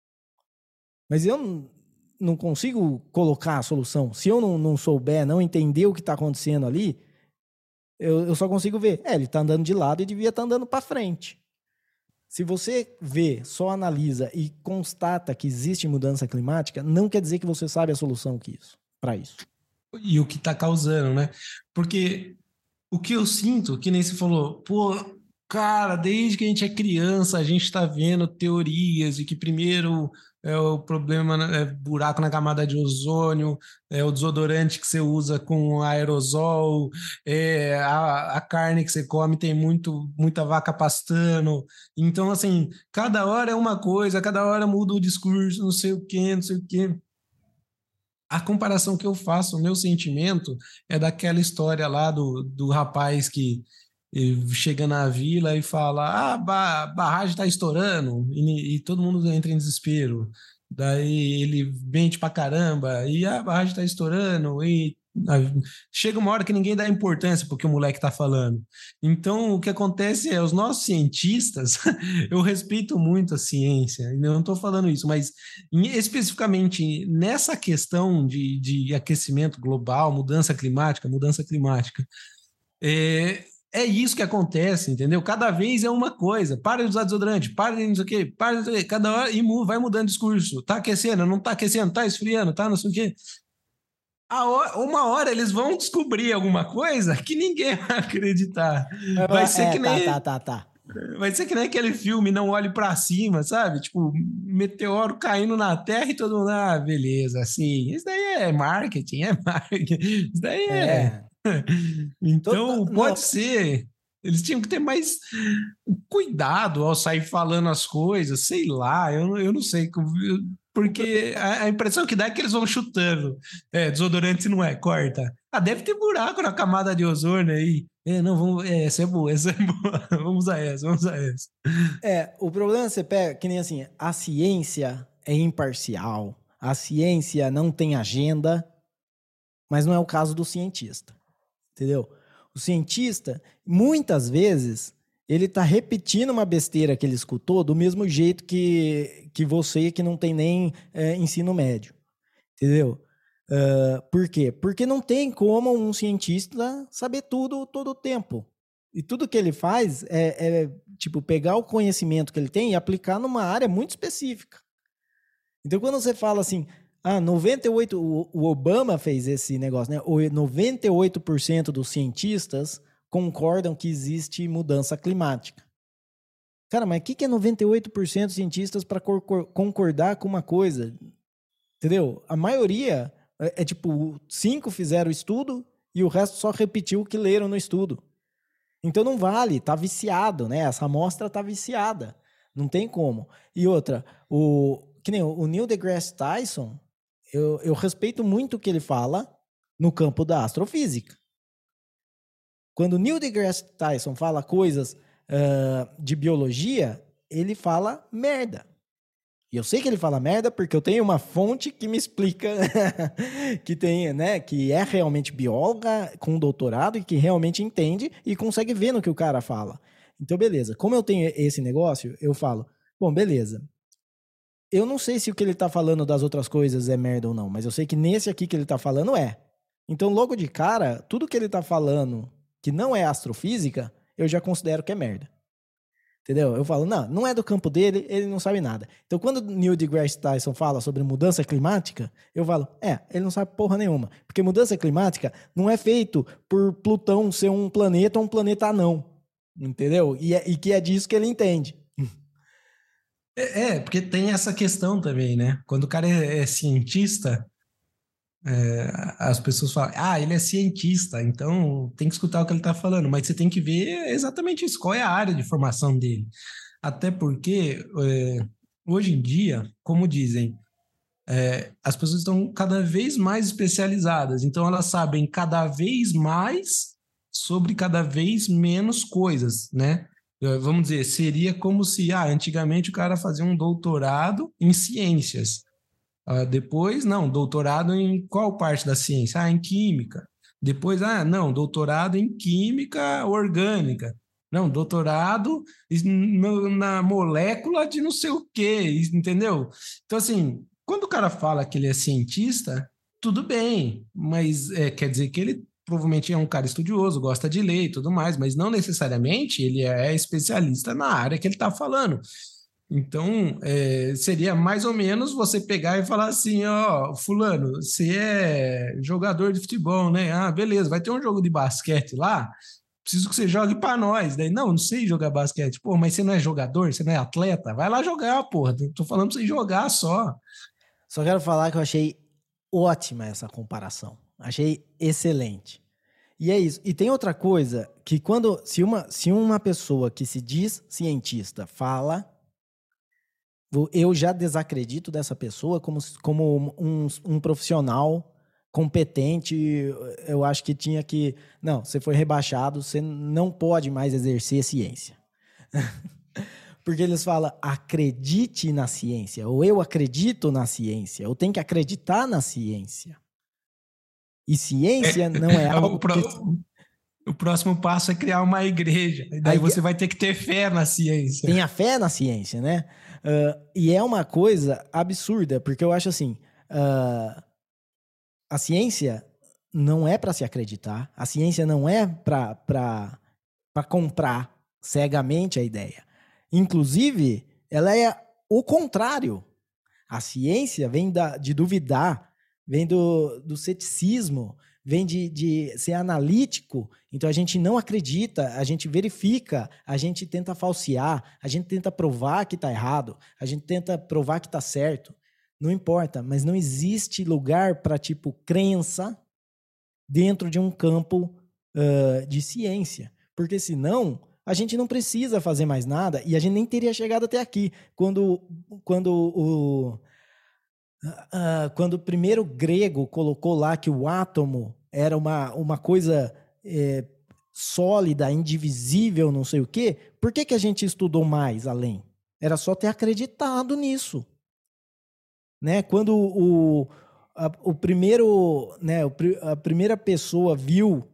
S2: Mas eu não, não consigo colocar a solução. Se eu não, não souber, não entender o que está acontecendo ali, eu, eu só consigo ver. É, ele está andando de lado e devia estar tá andando para frente. Se você vê, só analisa e constata que existe mudança climática, não quer dizer que você sabe a solução que isso, para isso.
S1: E o que está causando, né? Porque o que eu sinto, que nem você falou, pô, cara, desde que a gente é criança, a gente está vendo teorias de que primeiro é o problema, é buraco na camada de ozônio, é o desodorante que você usa com aerosol, é a, a carne que você come tem muito, muita vaca pastando. Então, assim, cada hora é uma coisa, cada hora muda o discurso, não sei o quê, não sei o quê. A comparação que eu faço, o meu sentimento é daquela história lá do, do rapaz que chega na vila e fala: ah, a barragem está estourando, e, e todo mundo entra em desespero. Daí ele mente pra caramba, e a barragem está estourando, e a, chega uma hora que ninguém dá importância porque o moleque está falando. Então, o que acontece é, os nossos cientistas, eu respeito muito a ciência, eu não estou falando isso, mas especificamente nessa questão de, de aquecimento global, mudança climática, mudança climática, é, é isso que acontece, entendeu? Cada vez é uma coisa. Para de usar desodorante, para de não sei o quê, para de não sei o quê. Cada hora e vai mudando o discurso. Tá aquecendo, não tá aquecendo, tá esfriando, tá não sei o quê. A hora, uma hora eles vão descobrir alguma coisa que ninguém vai acreditar. Vai ser
S2: é,
S1: que nem...
S2: Tá, tá, tá, tá.
S1: Vai ser que nem aquele filme Não Olhe Pra Cima, sabe? Tipo, meteoro caindo na Terra e todo mundo, ah, beleza, assim, isso daí é marketing, é marketing, isso daí é...
S2: É.
S1: Então,
S2: Tô,
S1: pode
S2: não.
S1: ser. Eles tinham que ter mais cuidado ao sair falando as coisas, sei lá, eu, eu não sei, porque a, a impressão que dá é que eles vão chutando. É, desodorante não é, corta. Ah, deve ter buraco na camada de ozônio aí. É, não, vamos, é, essa é boa, essa é boa. Vamos usar essa, vamos usar essa.
S2: É, o problema é você pega, que nem assim, a ciência é imparcial, a ciência não tem agenda, mas não é o caso do cientista, entendeu? O cientista, muitas vezes, ele tá repetindo uma besteira que ele escutou do mesmo jeito que, que você que não tem nem é, ensino médio, entendeu? Uh, por quê? Porque não tem como um cientista saber tudo todo o tempo. E tudo que ele faz é, é, tipo, pegar o conhecimento que ele tem e aplicar numa área muito específica. Então, quando você fala assim, ah, noventa e oito por cento, o Obama fez esse negócio, né? noventa e oito por cento dos cientistas concordam que existe mudança climática. Cara, mas o que é noventa e oito por cento dos cientistas para concordar com uma coisa? Entendeu? A maioria é, é tipo, cinco fizeram o estudo e o resto só repetiu o que leram no estudo. Então não vale, tá viciado, né? Essa amostra tá viciada. Não tem como. E outra, o, que nem o Neil deGrasse Tyson, eu, eu respeito muito o que ele fala no campo da astrofísica. Quando o Neil deGrasse Tyson fala coisas uh, de biologia, ele fala merda. E eu sei que ele fala merda porque eu tenho uma fonte que me explica que tem, né, que é realmente bióloga com doutorado e que realmente entende e consegue ver no que o cara fala. Então, beleza. Como eu tenho esse negócio, eu falo, bom, beleza. Eu não sei se o que ele tá falando das outras coisas é merda ou não, mas eu sei que nesse aqui que ele tá falando é. Então, logo de cara, tudo que ele tá falando que não é astrofísica, eu já considero que é merda. Entendeu? Eu falo, não, não é do campo dele, ele não sabe nada. Então, quando o Neil deGrasse Tyson fala sobre mudança climática, eu falo, é, ele não sabe porra nenhuma. Porque mudança climática não é feito por Plutão ser um planeta ou um planeta anão. Entendeu? E, é, e que é disso que ele entende.
S1: É, é, porque tem essa questão também, né? Quando o cara é, é cientista, é, as pessoas falam, ah, ele é cientista, então tem que escutar o que ele está falando, mas você tem que ver exatamente isso, qual é a área de formação dele. Até porque, é, hoje em dia, como dizem, é, as pessoas estão cada vez mais especializadas, então elas sabem cada vez mais sobre cada vez menos coisas, né? Vamos dizer, seria como se, ah, antigamente o cara fazia um doutorado em ciências. Uh, depois, não, doutorado em qual parte da ciência? Ah, em química. Depois, ah, não, doutorado em química orgânica. Não, doutorado na molécula de não sei o quê, entendeu? Então, assim, quando o cara fala que ele é cientista, tudo bem, mas é, quer dizer que ele provavelmente é um cara estudioso, gosta de ler e tudo mais, mas não necessariamente ele é especialista na área que ele está falando. Então, é, seria mais ou menos você pegar e falar assim, ó, fulano, você é jogador de futebol, né? Ah, beleza, vai ter um jogo de basquete lá, preciso que você jogue para nós. Daí, não, não sei jogar basquete. Pô, mas você não é jogador, você não é atleta? Vai lá jogar, porra. Tô falando para você jogar só.
S2: Só quero falar que eu achei ótima essa comparação. Achei excelente. E é isso. E tem outra coisa, que quando se uma, se uma pessoa que se diz cientista fala, eu já desacredito dessa pessoa como, como um, um profissional competente. Eu acho que tinha que... Não, você foi rebaixado, você não pode mais exercer ciência. Porque eles falam, acredite na ciência, ou eu acredito na ciência, eu tenho que acreditar na ciência. E ciência é, não é algo...
S1: O, pro, que... o próximo passo é criar uma igreja, e daí Aí, você vai ter que ter fé na ciência.
S2: Tem a fé na ciência, né? Uh, e é uma coisa absurda, porque eu acho assim, uh, a ciência não é para se acreditar, a ciência não é para comprar cegamente a ideia. Inclusive, ela é o contrário. A ciência vem da, de duvidar, vem do, do ceticismo, vem de, de ser analítico. Então, a gente não acredita, a gente verifica, a gente tenta falsear, a gente tenta provar que está errado, a gente tenta provar que está certo. Não importa, mas não existe lugar para, tipo, crença dentro de um campo uh, de ciência. Porque, senão, a gente não precisa fazer mais nada e a gente nem teria chegado até aqui. Quando, quando o... Uh, quando o primeiro grego colocou lá que o átomo era uma, uma coisa é, sólida, indivisível, não sei o quê, por que, que a gente estudou mais além? Era só ter acreditado nisso. Né? Quando o, a, o primeiro, né, a primeira pessoa viu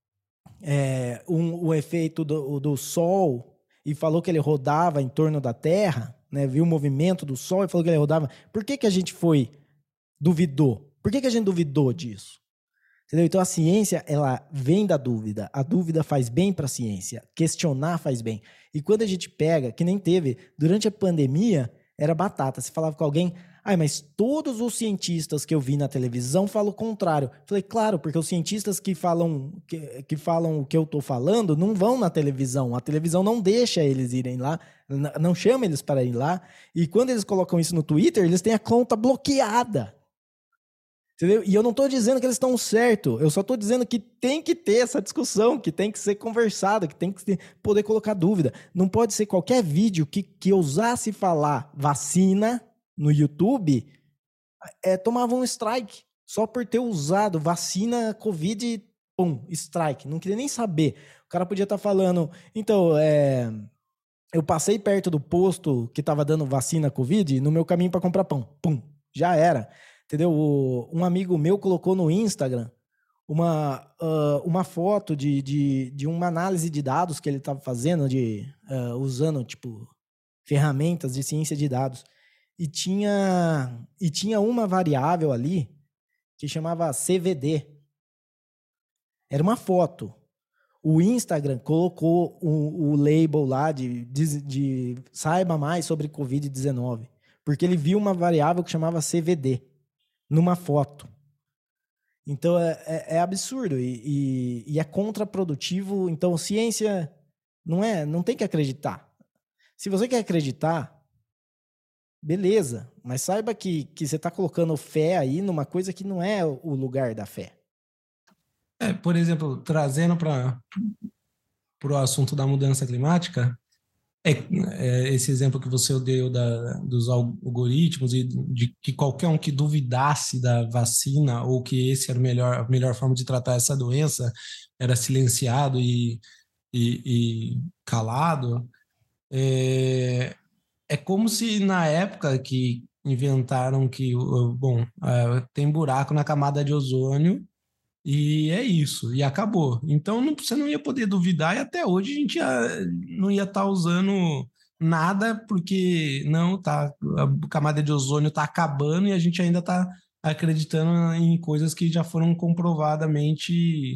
S2: é, um, o efeito do, do Sol e falou que ele rodava em torno da Terra, né, viu o movimento do Sol e falou que ele rodava. Por que, que a gente foi, duvidou? Por que, que a gente duvidou disso? Entendeu? Então a ciência, ela vem da dúvida. A dúvida faz bem para a ciência. Questionar faz bem. E quando a gente pega, que nem teve, durante a pandemia, era batata. Você falava com alguém, ah, mas todos os cientistas que eu vi na televisão falam o contrário. Falei, claro, porque os cientistas que falam, que, que falam o que eu estou falando não vão na televisão. A televisão não deixa eles irem lá, não chama eles para ir lá. E quando eles colocam isso no Twitter, eles têm a conta bloqueada. Entendeu? E eu não estou dizendo que eles estão certos, eu só estou dizendo que tem que ter essa discussão, que tem que ser conversada, que tem que ter, poder colocar dúvida. Não pode ser qualquer vídeo que, que ousasse falar vacina no YouTube, é, tomava um strike, só por ter usado vacina Covid, pum, strike. Não queria nem saber. O cara podia estar tá falando, então, é, eu passei perto do posto que estava dando vacina Covid no meu caminho para comprar pão. Pum, já era. Entendeu? O, um amigo meu colocou no Instagram uma, uh, uma foto de, de, de uma análise de dados que ele estava fazendo, de, uh, usando tipo, ferramentas de ciência de dados. E tinha, e tinha uma variável ali que chamava C V D. Era uma foto. O Instagram colocou o, o label lá de, de, de saiba mais sobre covid dezenove, porque ele viu uma variável que chamava C V D numa foto. Então é, é, é absurdo e, e, e é contraprodutivo. Então ciência não é, não tem que acreditar. Se você quer acreditar, beleza, mas saiba que, que você está colocando fé aí numa coisa que não é o lugar da fé.
S1: É, por exemplo, trazendo para o assunto da mudança climática, é, é, esse exemplo que você deu da, dos algoritmos e de que qualquer um que duvidasse da vacina ou que esse era o melhor, a melhor forma de tratar essa doença era silenciado e, e, e calado, é, é como se na época que inventaram que, bom, tem buraco na camada de ozônio E é isso, e acabou. Então não, você não ia poder duvidar, e até hoje a gente ia, não ia estar usando nada, porque não, tá, a camada de ozônio está acabando e a gente ainda está acreditando em coisas que já foram comprovadamente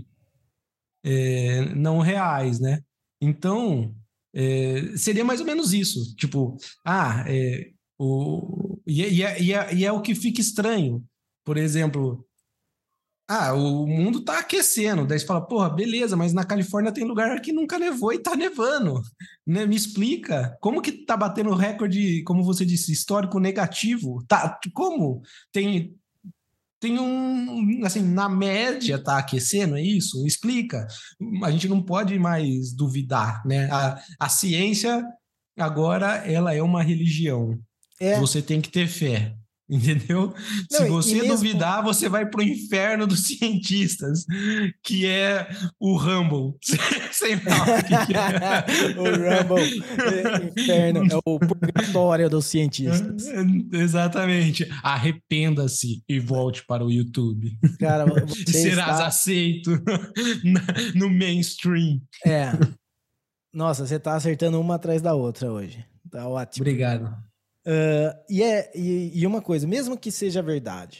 S1: é, não reais, né? Então, é, seria mais ou menos isso. Tipo, ah, é, o, e, é, e, é, e, é, e é o que fica estranho. Por exemplo, ah, o mundo tá aquecendo. Daí você fala, porra, beleza, mas na Califórnia tem lugar que nunca nevou e tá nevando. Né? Me explica, como que tá batendo recorde, como você disse, histórico negativo? Tá, como? Tem, tem um, assim, na média tá aquecendo, é isso? Explica. A gente não pode mais duvidar, né? A, a ciência agora ela é uma religião.
S2: É,
S1: Você tem que ter fé, entendeu? Se
S2: não, e, e
S1: você
S2: mesmo
S1: duvidar, você vai pro inferno dos cientistas, que é o Rumble. Sei lá o que, que
S2: o Rumble, é, inferno, é o purgatório dos cientistas.
S1: é. Exatamente. Arrependa-se e volte para o YouTube.
S2: Cara,
S1: E
S2: você
S1: serás
S2: está.
S1: aceito no mainstream.
S2: É, nossa, você está acertando uma atrás da outra hoje. Tá ótimo.
S1: Obrigado.
S2: Uh, e, é, e, e uma coisa, mesmo que seja verdade,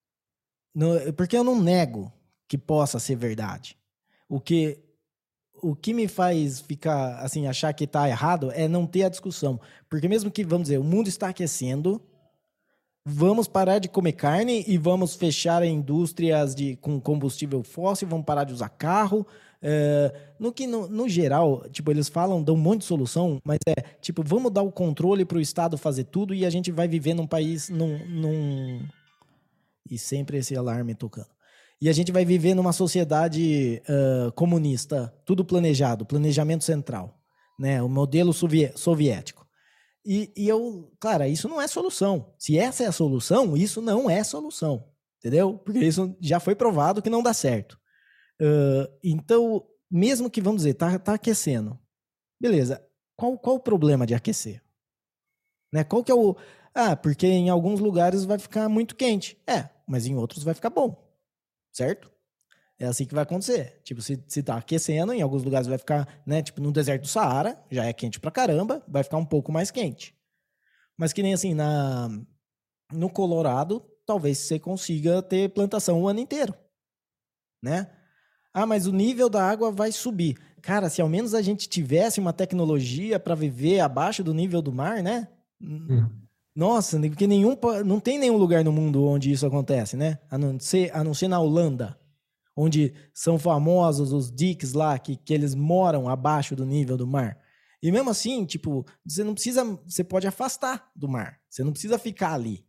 S2: no, porque eu não nego que possa ser verdade. O que, o que me faz ficar, assim, achar que está errado é não ter a discussão. Porque mesmo que, vamos dizer, o mundo está aquecendo, vamos parar de comer carne e vamos fechar indústrias de, com combustível fóssil, vamos parar de usar carro. É, no que, no, no geral, tipo, eles falam, dão um monte de solução, mas é, tipo, vamos dar o controle para o Estado fazer tudo e a gente vai viver num país, num, num... E sempre esse alarme tocando. E a gente vai viver numa sociedade uh, comunista, tudo planejado, planejamento central, né? O modelo soviético. E, e eu, cara, isso não é solução. Se essa é a solução, isso não é solução, entendeu? Porque isso já foi provado que não dá certo. Uh, então, mesmo que, vamos dizer, tá, tá aquecendo. Beleza, qual, qual o problema de aquecer? Né? Qual que é o... Ah, porque em alguns lugares vai ficar muito quente. É, mas em outros vai ficar bom, certo? É assim que vai acontecer. Tipo, se, se tá aquecendo, em alguns lugares vai ficar, né? Tipo, no deserto do Saara, já é quente pra caramba, vai ficar um pouco mais quente. Mas que nem assim, na, no Colorado, talvez você consiga ter plantação o ano inteiro, né? Ah, mas o nível da água vai subir. Cara, se ao menos a gente tivesse uma tecnologia para viver abaixo do nível do mar, né?
S1: Hum.
S2: Nossa, porque nenhum, não tem nenhum lugar no mundo onde isso acontece, né? A não ser, a não ser na Holanda, onde são famosos os diques lá, que, que eles moram abaixo do nível do mar. E mesmo assim, tipo, você não precisa, você pode afastar do mar, você não precisa ficar ali.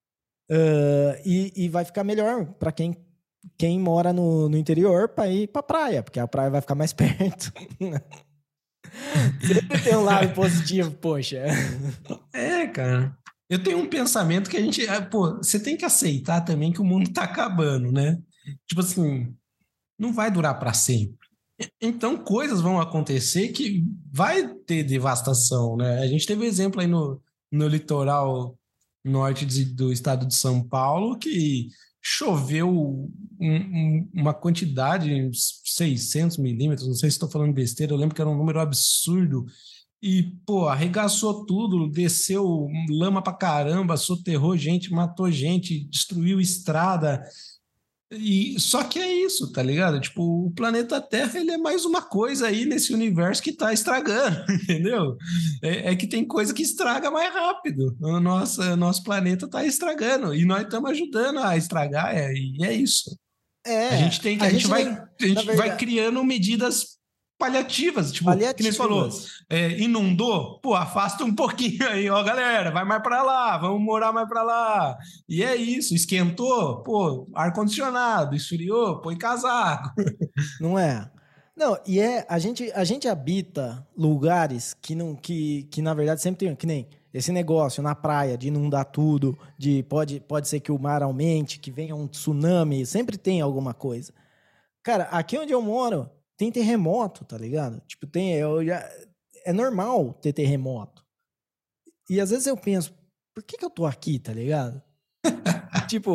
S2: Uh, e, e vai ficar melhor para quem, quem mora no, no interior para ir para praia, porque a praia vai ficar mais perto. Sempre tem um lado positivo, poxa.
S1: É, cara. Eu tenho um pensamento que a gente. Pô, você tem que aceitar também que o mundo tá acabando, né? Tipo assim, não vai durar para sempre. Então, coisas vão acontecer que vai ter devastação, né? A gente teve um exemplo aí no, no litoral norte de, do estado de São Paulo que choveu um, um, uma quantidade, uns seiscentos milímetros, não sei se estou falando besteira, eu lembro que era um número absurdo, e, pô, arregaçou tudo, desceu lama pra caramba, soterrou gente, matou gente, destruiu estrada. E só que é isso, tá ligado? Tipo, o planeta Terra ele é mais uma coisa aí nesse universo que tá estragando, entendeu? É, é que tem coisa que estraga mais rápido. O nosso, nosso planeta tá estragando e nós estamos ajudando a estragar, é, e é isso. A
S2: É,
S1: gente tem que,
S2: a
S1: a gente
S2: gente
S1: vai,
S2: nem,
S1: a
S2: na
S1: gente vai
S2: verdade,
S1: criando medidas paliativas, tipo, que nem você falou,
S2: paliativas.
S1: é, inundou, pô, afasta um pouquinho aí, ó, galera, vai mais para lá, vamos morar mais para lá. E é isso, esquentou, pô, ar-condicionado, esfriou, põe casaco.
S2: Não é? Não, e é, a gente, a gente habita lugares que não, que, que na verdade sempre tem, que nem esse negócio na praia de inundar tudo, de pode, pode ser que o mar aumente, que venha um tsunami, sempre tem alguma coisa. Cara, aqui onde eu moro tem terremoto, tá ligado? Tipo, tem, eu já, é normal ter terremoto. E às vezes eu penso, por que que eu tô aqui, tá ligado? Tipo,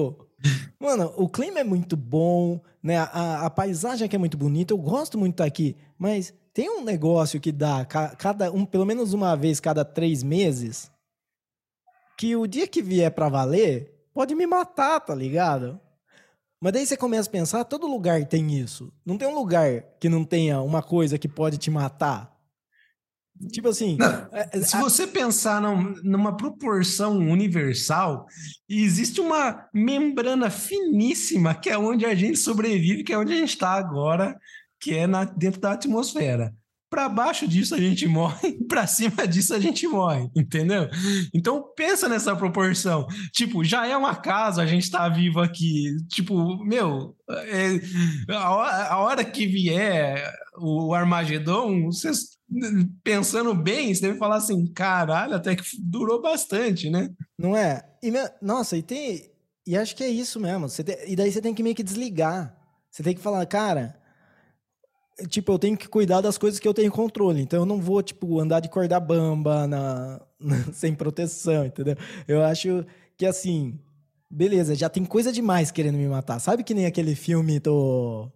S2: Mano, o clima é muito bom, né? A, a paisagem aqui é muito bonita, eu gosto muito daqui, mas tem um negócio que dá ca- cada um, pelo menos uma vez cada três meses, que o dia que vier pra valer, pode me matar, tá ligado? Mas daí você começa a pensar, todo lugar tem isso. Não tem um lugar que não tenha uma coisa que pode te matar. Tipo assim,
S1: Não,
S2: é, é,
S1: se
S2: a-
S1: você pensar num- numa proporção universal, existe uma membrana finíssima que é onde a gente sobrevive, que é onde a gente está agora, que é na- dentro da atmosfera. Para baixo disso a gente morre, para cima disso a gente morre, entendeu? Então pensa nessa proporção. Tipo, já é um acaso a gente estar vivo aqui. Tipo, meu, é, a, hora, a hora que vier o Armagedon, vocês pensando bem, você deve falar assim, caralho, até que durou bastante, né?
S2: não é? E me- nossa, e tem. E acho que é isso mesmo. Você tem- e daí você tem que meio que desligar. Você tem que falar, cara, tipo, eu tenho que cuidar das coisas que eu tenho controle. Então eu não vou, tipo, andar de corda bamba na, na- sem proteção, entendeu? Eu acho que assim, beleza, já tem coisa demais querendo me matar. Sabe que nem aquele filme do,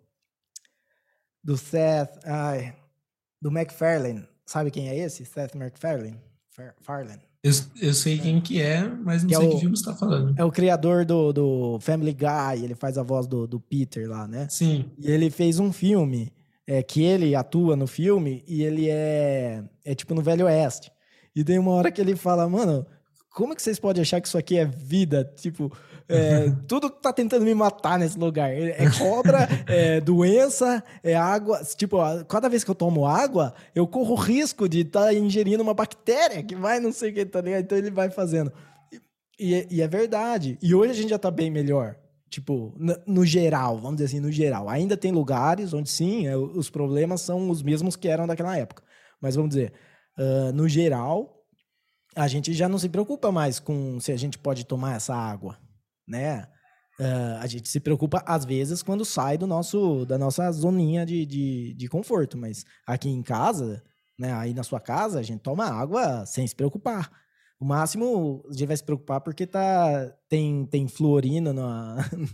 S2: do Seth, ai, do MacFarlane. Sabe quem é esse? Seth MacFarlane? Far- Farlane.
S1: Eu, eu sei quem que é, mas não
S2: Que é
S1: sei que
S2: o,
S1: filme você está falando.
S2: é o criador do, do Family Guy, ele faz a voz do, do Peter lá, né?
S1: Sim.
S2: E ele fez um filme é, que ele atua no filme e ele é, é tipo no Velho Oeste. E tem uma hora que ele fala, mano, como que vocês podem achar que isso aqui é vida? Tipo, é, tudo tá tentando me matar nesse lugar. É cobra, é doença, é água. Tipo, cada vez que eu tomo água, eu corro risco de estar tá ingerindo uma bactéria que vai não sei o que, tá ligado? Então ele vai fazendo. E, e é verdade. E hoje a gente já tá bem melhor. Tipo, no, no geral, vamos dizer assim, no geral. Ainda tem lugares onde sim, é, os problemas são os mesmos que eram daquela época. Mas vamos dizer, uh, no geral, a gente já não se preocupa mais com se a gente pode tomar essa água, né? Uh, a gente se preocupa, às vezes, quando sai do nosso, da nossa zoninha de, de, de conforto. Mas aqui em casa, né, aí na sua casa, a gente toma água sem se preocupar. O máximo, a gente vai se preocupar porque tá, tem, tem fluorina na,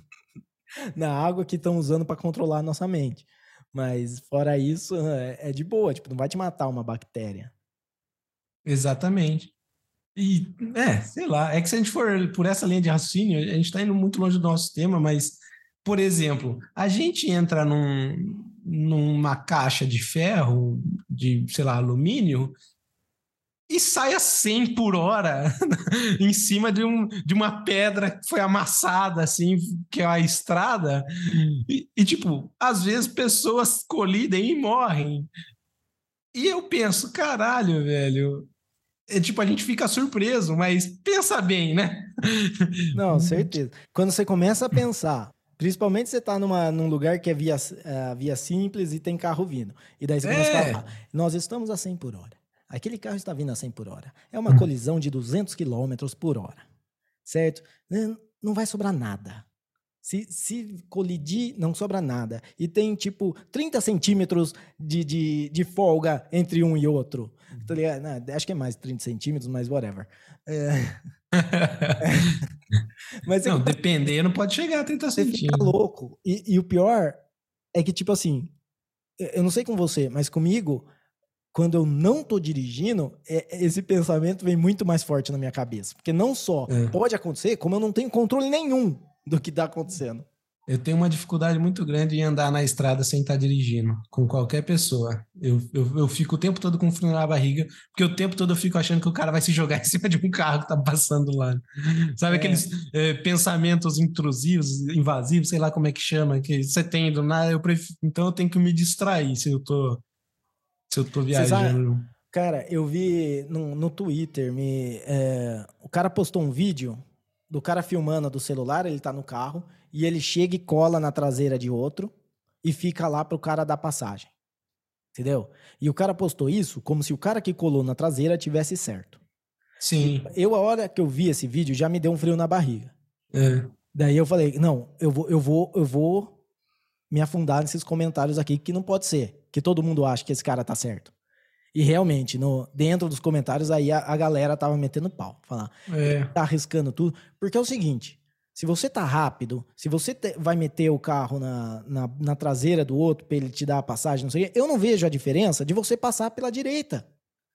S2: na água que estão usando para controlar a nossa mente. Mas, fora isso, é, é de boa. Tipo, não vai te matar uma bactéria.
S1: Exatamente. E, é, sei lá, é que se a gente for por essa linha de raciocínio, a gente está indo muito longe do nosso tema, mas, por exemplo, a gente entra num, numa caixa de ferro, de, sei lá, alumínio, e sai a cem por hora em cima de, um, de uma pedra que foi amassada, assim, que é a estrada. E, e, tipo, às vezes pessoas colidem e morrem. E eu penso, caralho, velho. É tipo, a gente fica surpreso, mas pensa bem, né?
S2: Não, certeza. Quando você começa a pensar, principalmente você está numa, num lugar que é via, uh, via simples e tem carro vindo. E daí você começa a
S1: É.
S2: falar, nós estamos a cem por hora. Aquele carro está vindo a cem por hora. É uma colisão de duzentos quilômetros por hora. Certo? Não vai sobrar nada. Se, se colidir, não sobra nada. E tem, tipo, trinta centímetros de, de, de folga entre um e outro. Tá ligado? Não, acho que é mais trinta centímetros, mas whatever. É... Mas você
S1: Não,
S2: começa
S1: dependendo, pode chegar a trinta
S2: Você fica
S1: centímetros.
S2: louco. E, e o pior é que, tipo assim, eu não sei com você, mas comigo, quando eu não tô dirigindo, é- esse pensamento vem muito mais forte na minha cabeça. Porque não só
S1: É.
S2: pode acontecer, como eu não tenho controle nenhum do que tá acontecendo.
S1: Eu tenho uma dificuldade muito grande em andar na estrada sem estar dirigindo, com qualquer pessoa. Eu, eu, eu fico o tempo todo com frio na barriga, porque o tempo todo eu fico achando que o cara vai se jogar em cima de um carro que tá passando lá. Sabe
S2: É,
S1: aqueles é, pensamentos intrusivos, invasivos, sei lá como é que chama, que você tem do nada, eu prefiro, então eu tenho que me distrair se eu tô, se eu tô
S2: você sabe,
S1: viajando.
S2: cara, eu vi no, no Twitter, me, é, o cara postou um vídeo do cara filmando do celular, ele tá no carro, e ele chega e cola na traseira de outro e fica lá pro cara dar passagem. Entendeu? E o cara postou isso como se o cara que colou na traseira tivesse certo. E
S1: Sim.
S2: eu, a hora que eu vi esse vídeo, já me deu um frio na barriga.
S1: É.
S2: Daí eu falei, não, eu vou, eu vou, eu vou me afundar nesses comentários aqui, que não pode ser, que todo mundo acha que esse cara tá certo. E realmente, no, dentro dos comentários, aí a, a galera tava metendo pau. Falar, ele
S1: É.
S2: tá arriscando tudo. Porque é o seguinte, Se você tá rápido, se você te, vai meter o carro na, na, na traseira do outro para ele te dar a passagem, não sei o quê, eu não vejo a diferença de você passar pela direita.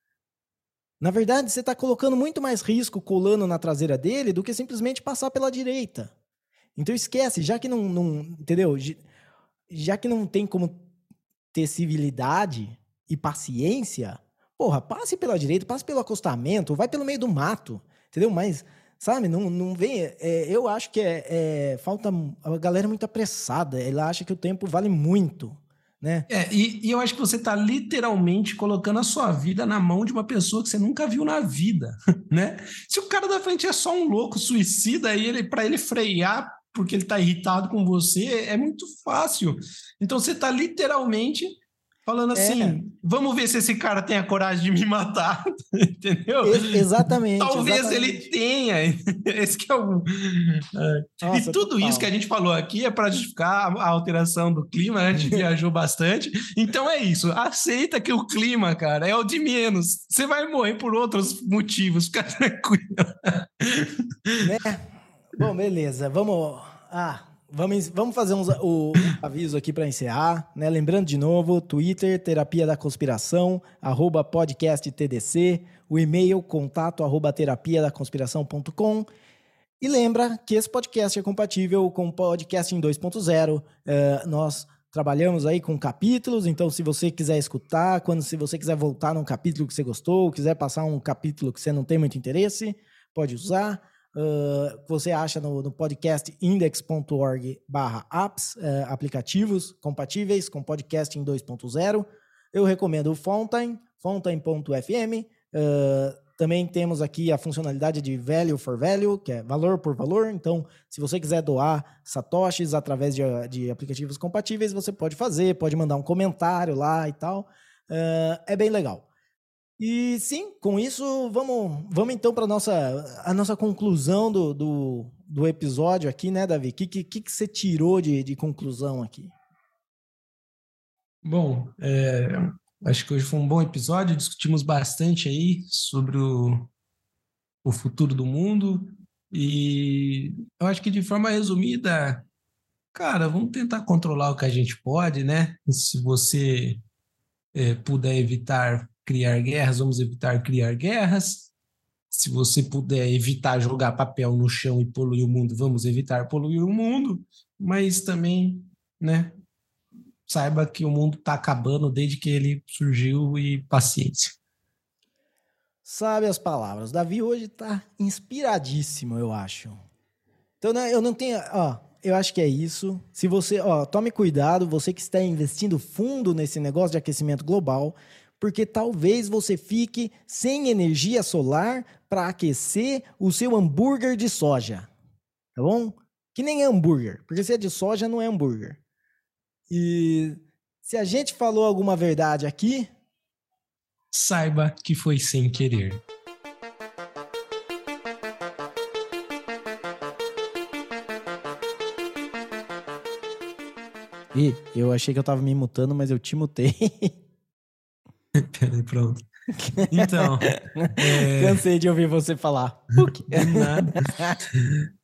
S2: Na verdade, você está colocando muito mais risco colando na traseira dele do que simplesmente passar pela direita. Então esquece, já que não, não entendeu? Já que não tem como ter civilidade e paciência, porra, passe pela direita, passe pelo acostamento, vai pelo meio do mato, entendeu? Mas sabe, não, não vem... É, eu acho que é, é, falta... A galera é muito apressada. Ela acha que o tempo vale muito, né?
S1: É, e, e eu acho que você está literalmente colocando a sua vida na mão de uma pessoa que você nunca viu na vida, né? Se o cara da frente é só um louco suicida, e ele, para ele frear porque ele está irritado com você, é muito fácil. Então você está literalmente... falando assim, é. vamos ver se esse cara tem a coragem de me matar, entendeu?
S2: Ex exatamente.
S1: Talvez
S2: exatamente.
S1: ele tenha. Esse que é o... Nossa, e tudo total. Isso que a gente falou aqui é para justificar a alteração do clima, né? A gente viajou bastante. Então é isso. Aceita que o clima, cara, é o de menos. Você vai morrer por outros motivos. Fica tranquilo.
S2: Né? Bom, beleza. Vamos... Ah... Vamos, vamos fazer uns, o, um aviso aqui para encerrar, né? Lembrando de novo, Twitter, Terapia da Conspiração, arroba podcast T D C, o e-mail, contato, arroba terapia da conspiração ponto com. E lembra que esse podcast é compatível com o podcast em dois ponto zero. Uh, nós trabalhamos aí com capítulos, então se você quiser escutar, quando se você quiser voltar num capítulo que você gostou, quiser passar um capítulo que você não tem muito interesse, pode usar. Uh, você acha no, no podcast index ponto org barra apps, uh, aplicativos compatíveis com podcast em dois ponto zero. Eu recomendo o Fountain, fountain ponto f m. Uh, também temos aqui a funcionalidade de Value for Value, que é valor por valor. Então, se você quiser doar satoshis através de, de aplicativos compatíveis, você pode fazer, pode mandar um comentário lá e tal. Uh, é bem legal. E sim, com isso, vamos, vamos então para a nossa, a nossa conclusão do, do, do episódio aqui, né, Davi? O que, que, que você tirou de, de conclusão aqui?
S1: Bom, é, acho que hoje foi um bom episódio, discutimos bastante aí sobre o, o futuro do mundo e eu acho que de forma resumida, cara, vamos tentar controlar o que a gente pode, né? Se você é, puder evitar criar guerras, vamos evitar criar guerras. Se você puder evitar jogar papel no chão e poluir o mundo, vamos evitar poluir o mundo. Mas também, né, saiba que o mundo está acabando desde que ele surgiu e paciência.
S2: Sabe as palavras. Davi hoje está inspiradíssimo, eu acho. Então, né, eu não tenho... Ó, eu acho que é isso. Se você... Ó, tome cuidado, você que está investindo fundo nesse negócio de aquecimento global, porque talvez você fique sem energia solar para aquecer o seu hambúrguer de soja, tá bom? Que nem é hambúrguer, porque se é de soja não é hambúrguer. E se a gente falou alguma verdade aqui...
S1: saiba que foi sem querer.
S2: Ih, eu achei que eu tava me mutando, mas eu te mutei.
S1: Peraí, pronto. Então... é...
S2: Cansei de ouvir você falar.
S1: Nada.